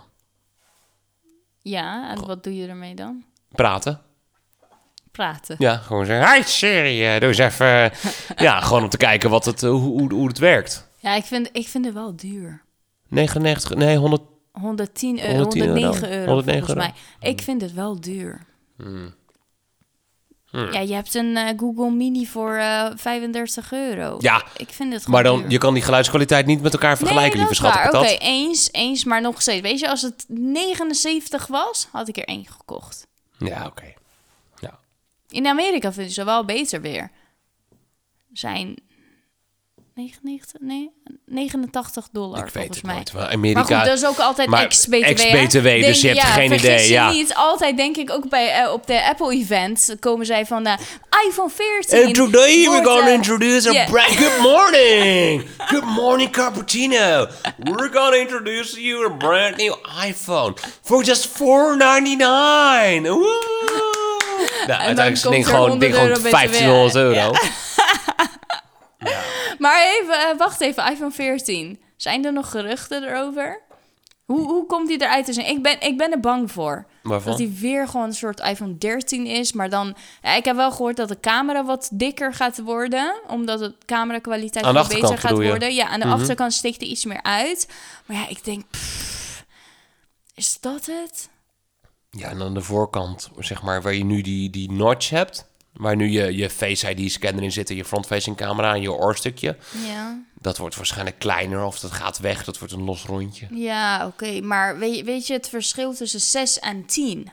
Ja, en wat doe je ermee dan? Praten. Ja, gewoon zeggen, hi Siri, doe eens even... ja, gewoon om te kijken hoe het werkt. Ja, ik vind het wel duur. 99, nee, 100... 110 euro, 109 euro volgens mij. Ik vind het wel duur. Ja, je hebt een Google Mini voor 35 euro. Ja, ik vind het maar dan, duur. Je kan die geluidskwaliteit niet met elkaar vergelijken, lieve schat. Oké, eens, maar nog steeds. Weet je, als het 79 was, had ik er 1 gekocht. Ja, oké. Ja. In Amerika vinden ze wel beter weer. Zijn 99, nee, $89 Ik weet volgens het mij. nooit. Maar Amerika, Maar goed, dat is ook altijd ex-BTW. Ex-BTW, dus je hebt geen idee. Ja, niet. Altijd denk ik ook bij op de Apple-event komen zij van iPhone 14. And today we're going to introduce yeah. Good morning! Good morning, Cappuccino! We're going to introduce you a brand new iPhone for just $4.99! Woe! Nou, uiteindelijk is het ding gewoon €1500. Ja. Ja. Maar even, wacht even, iPhone 14. Zijn er nog geruchten erover? Hoe komt die eruit te zien? Ik ben er bang voor. Waarvan? Dat die weer gewoon een soort iPhone 13 is. Maar dan... Ja, ik heb wel gehoord dat de camera wat dikker gaat worden. Omdat de camerakwaliteit wat beter gaat worden. Ja, aan de achterkant steekt er iets meer uit. Maar ja, ik denk... is dat het? Ja, en aan de voorkant, zeg maar, waar je nu die notch hebt... Waar nu je Face ID-scanner in zit en je front-facing camera en je oorstukje. Ja. Dat wordt waarschijnlijk kleiner of dat gaat weg. Dat wordt een los rondje. Ja, oké. Maar weet je het verschil tussen 6 en 10?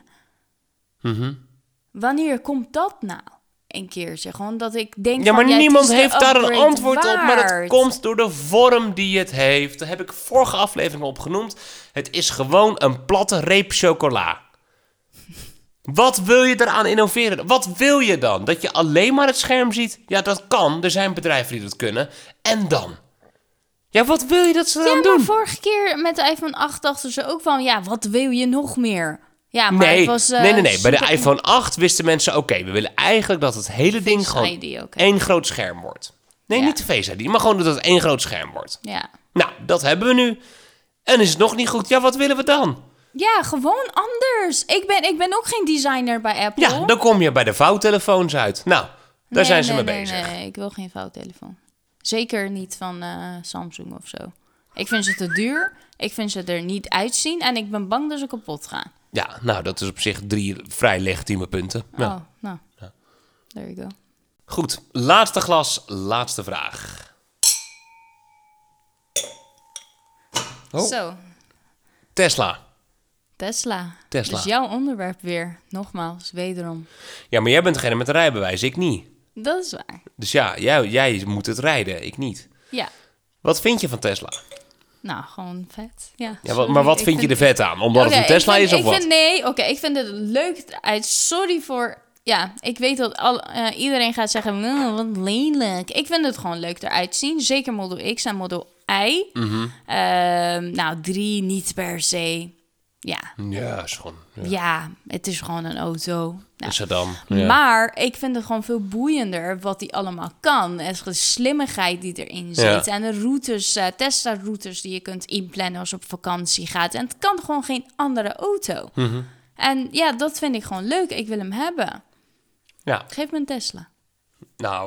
Wanneer komt dat nou? Een keertje. Gewoon dat ik denk... Ja, maar niemand heeft daar een antwoord waard. op. Maar dat komt door de vorm die het heeft. Daar heb ik vorige aflevering op genoemd. Het is gewoon een platte reep chocola. Wat wil je eraan innoveren? Wat wil je dan? Dat je alleen maar het scherm ziet? Ja, dat kan. Er zijn bedrijven die dat kunnen. En dan? Ja, wat wil je dat ze dan doen? Ja, maar vorige keer met de iPhone 8 dachten ze ook van... Ja, wat wil je nog meer? Ja, maar nee, het was... nee. Bij de iPhone 8 wisten mensen... Oké, we willen eigenlijk dat het hele ding gewoon één groot scherm wordt. Nee, niet de Face ID, maar gewoon dat het één groot scherm wordt. Ja. Nou, dat hebben we nu. En is het nog niet goed? Ja, wat willen we dan? Ja, gewoon anders. Ik ben ook geen designer bij Apple. Ja, dan kom je bij de vouwtelefoons uit. Nou, daar zijn ze mee bezig. Nee, ik wil geen vouwtelefoon. Zeker niet van Samsung of zo. Ik vind ze te duur. Ik vind ze er niet uitzien. En ik ben bang dat ze kapot gaan. Ja, nou, dat is op zich 3 vrij legitieme punten. Ja. Oh, nou. Ja. There you go. Goed, laatste glas, laatste vraag. Oh. Zo. Tesla. Dus jouw onderwerp weer. Nogmaals, wederom. Ja, maar jij bent degene met een rijbewijs, ik niet. Dat is waar. Dus ja, jij moet het rijden, ik niet. Ja. Wat vind je van Tesla? Nou, gewoon vet. Ja, maar wat vind je er vet aan? Omdat het een Tesla is of wat? Ik vind het leuk uit. Sorry voor... Ja, ik weet dat iedereen gaat zeggen... wat lelijk. Ik vind het gewoon leuk eruit zien. Zeker Model X en Model I. Nou, 3 niet per se. Ja, is gewoon... Ja, het is gewoon een auto. Is er dan? Ja. Maar ik vind het gewoon veel boeiender wat die allemaal kan. En de slimmigheid die erin zit. En de routes, Tesla-routes die je kunt inplannen als je op vakantie gaat. En het kan gewoon geen andere auto. En ja, dat vind ik gewoon leuk. Ik wil hem hebben. Ja. Geef me een Tesla. Nou.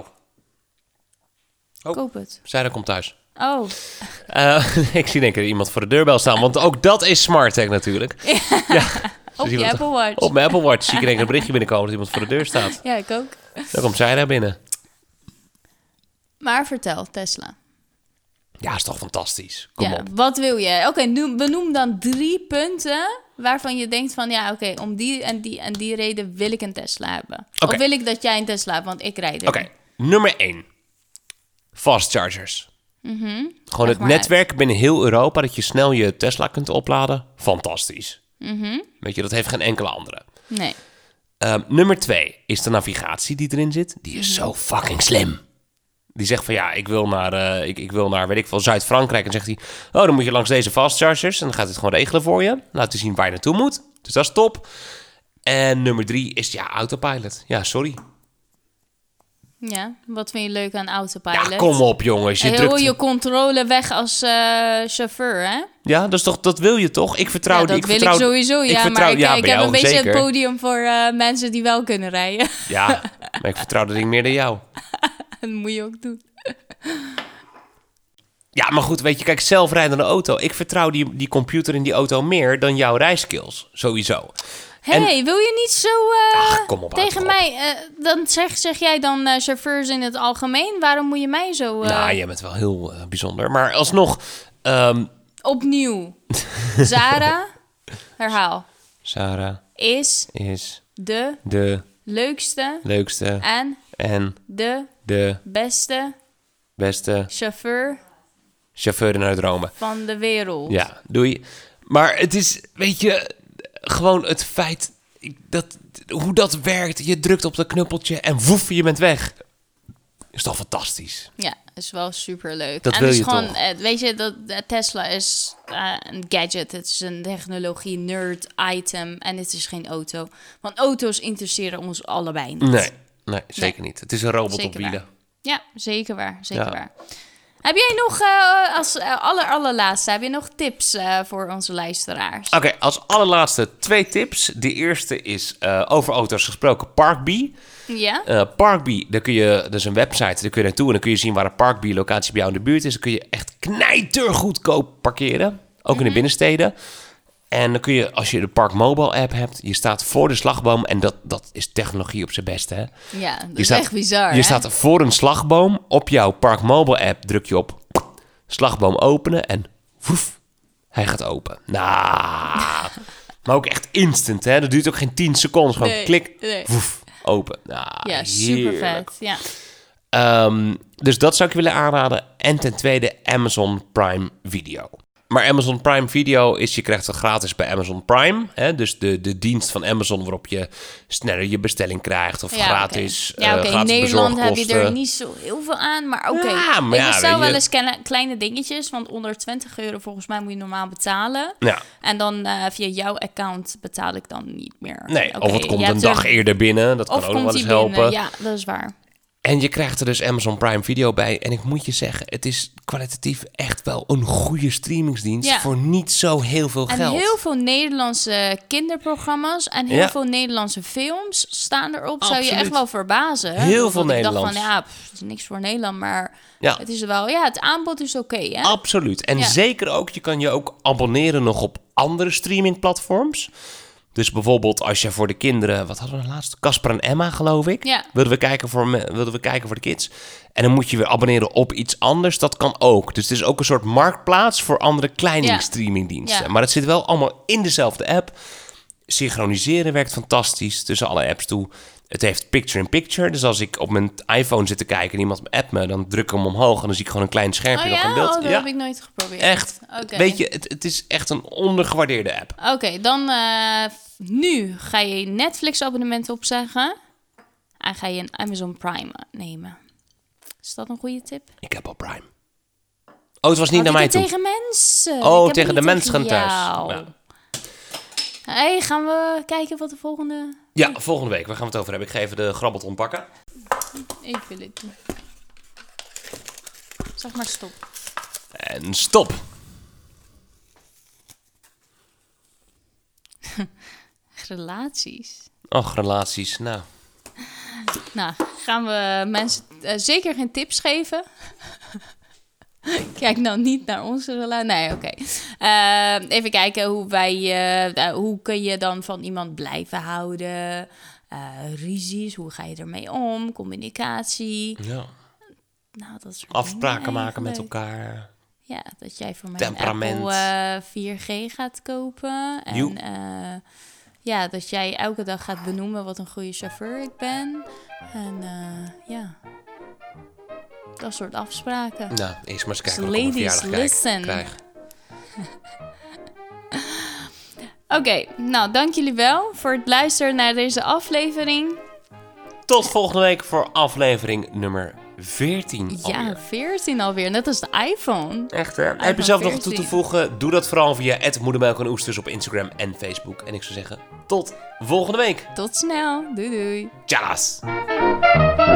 Koop het. Zij komt thuis. Oh. Ik zie denk ik iemand voor de deurbel staan, want ook dat is SmartTech natuurlijk. Ja. Op je Apple Watch. Op mijn Apple Watch zie ik denk een berichtje binnenkomen dat iemand voor de deur staat. Ja, ik ook. Dan komt zij daar binnen. Maar vertel, Tesla. Ja, is toch fantastisch. Kom op. Wat wil je? Oké, benoem dan 3 punten waarvan je denkt van... ja, oké, om die en die reden wil ik een Tesla hebben. Okay. Of wil ik dat jij een Tesla hebt, want ik rijd er. Oké, nummer 1. Fast chargers. Gewoon het netwerk binnen heel Europa... dat je snel je Tesla kunt opladen. Fantastisch. Weet je, dat heeft geen enkele andere. Nee. Nummer 2 is de navigatie die erin zit. Die is zo fucking slim. Die zegt van ja, ik wil naar weet ik veel, Zuid-Frankrijk. En zegt hij, oh, dan moet je langs deze fast chargers. En dan gaat het gewoon regelen voor je. Laat je zien waar je naartoe moet. Dus dat is top. En nummer 3 is autopilot. Ja, sorry. Ja, wat vind je leuk aan autopilot? Ja, kom op jongens. Je drukt je controle weg als chauffeur, hè? Ja, dat wil je toch? Ik vertrouw dat wil ik sowieso, ja. Maar ik heb een beetje het podium voor mensen die wel kunnen rijden. Ja, maar ik vertrouw dat ding meer dan jou. Dat moet je ook doen. Ja, maar goed, weet je, kijk, zelfrijdende auto. Ik vertrouw die computer in die auto meer dan jouw rijskills. Sowieso. Wil je niet zo kom op, tegen mij... dan zeg jij dan chauffeurs in het algemeen? Waarom moet je mij zo... Nou, jij bent wel heel bijzonder. Maar alsnog... Opnieuw. Sarah, herhaal. Sarah is de leukste en de beste chauffeur in uit Rome van de wereld. Ja, doei. Maar het is, weet je, gewoon het feit hoe dat werkt. Je drukt op dat knuppeltje en woef, je bent weg. Is toch fantastisch? Ja, is wel superleuk. Dat wil je gewoon, toch? Weet je, dat Tesla is een gadget. Het is een technologie nerd item en het is geen auto. Want auto's interesseren ons allebei niet. Nee, zeker niet. Het is een robot op wielen. Ja, zeker waar. Waar. Heb jij nog als allerlaatste, heb je nog tips voor onze luisteraars? Oké, als allerlaatste 2 tips. De eerste is over auto's gesproken, Parkbee. Ja. Parkbee, dat is een website, daar kun je naartoe en dan kun je zien waar een Parkbee-locatie bij jou in de buurt is. Dan kun je echt knijtergoedkoop parkeren, ook in de binnensteden. En dan kun je, als je de Park Mobile app hebt, je staat voor de slagboom en dat is technologie op zijn beste, hè? Ja, dat is echt bizar, Je staat voor een slagboom, op jouw Park Mobile app druk je op slagboom openen en woef, hij gaat open. Nou, maar ook echt instant, hè? Dat duurt ook geen 10 seconden, gewoon klik, woef, open. Nou, ja, super vet, ja. Dus dat zou ik willen aanraden. En ten tweede Amazon Prime Video. Maar Amazon Prime Video je krijgt het gratis bij Amazon Prime. Hè? Dus de dienst van Amazon waarop je sneller je bestelling krijgt. Of gratis gratis in Nederland heb bezorgkosten. je er niet zo heel veel aan. Maar oké, maar ik bestel wel eens kleine dingetjes. Want onder €20 volgens mij moet je normaal betalen. Ja. En dan via jouw account betaal ik dan niet meer. Nee, of het komt een dag eerder binnen. Dat kan ook nog wel eens helpen. Ja, dat is waar. En je krijgt er dus Amazon Prime Video bij. En ik moet je zeggen, het is kwalitatief echt wel een goede streamingsdienst voor niet zo heel veel geld. En heel veel Nederlandse kinderprogramma's en heel veel Nederlandse films staan erop. Absoluut. Zou je echt wel verbazen. Heel veel Nederlands. Ik dacht van, het is niks voor Nederland, maar het is wel, het aanbod is oké, hè? Absoluut. En zeker ook, je kan je ook abonneren nog op andere streamingplatforms. Dus bijvoorbeeld als je voor de kinderen... Wat hadden we laatst? Casper en Emma, geloof ik. Ja. Wilden we kijken voor de kids. En dan moet je weer abonneren op iets anders. Dat kan ook. Dus het is ook een soort marktplaats... voor andere kleine streamingdiensten. Ja. Maar het zit wel allemaal in dezelfde app. Synchroniseren werkt fantastisch tussen alle apps toe. Het heeft picture-in-picture. Dus als ik op mijn iPhone zit te kijken... en iemand appt me, dan druk ik hem omhoog... en dan zie ik gewoon een klein schermpje nog in beeld. Dat heb ik nooit geprobeerd. Echt. Okay. Weet je, het is echt een ondergewaardeerde app. Oké, dan nu ga je Netflix-abonnement opzeggen... en ga je een Amazon Prime nemen. Is dat een goede tip? Ik heb al Prime. Oh, het was niet naar mij toe. Tegen mensen. Oh, tegen de mensen thuis. Ja. Hey, gaan we kijken wat de volgende... Ja, volgende week. Waar gaan we het over hebben? Ik ga even de grabbelt ontpakken. Ik wil het doen. Zeg maar stop. En stop. Relaties. Och, relaties. Nou, gaan we mensen zeker geen tips geven? Kijk nou niet naar onze relatie. Nee, oké. Even kijken hoe kun je dan van iemand blijven houden? Ruzies, hoe ga je ermee om? Communicatie. ja. Nou, dat soort afspraken maken met eigenlijk. elkaar. Ja, dat jij voor mij Temperament. een Apple 4G gaat kopen. En ja, dat jij elke dag gaat benoemen wat een goede chauffeur ik ben. En ja, dat soort afspraken. Nou, eerst maar eens kijken Dus wat ik op mijn ladies, verjaardag listen. krijg. Oké, nou dank jullie wel voor het luisteren naar deze aflevering. Tot volgende week voor aflevering nummer 14 alweer. Ja, 14 alweer, net als de iPhone. Echt, hè? iPhone Heb je zelf nog 14. toe te voegen? Doe dat vooral via @moedermelk en oesters op Instagram en Facebook. En ik zou zeggen, tot volgende week. Tot snel, doei doei. Tjallas!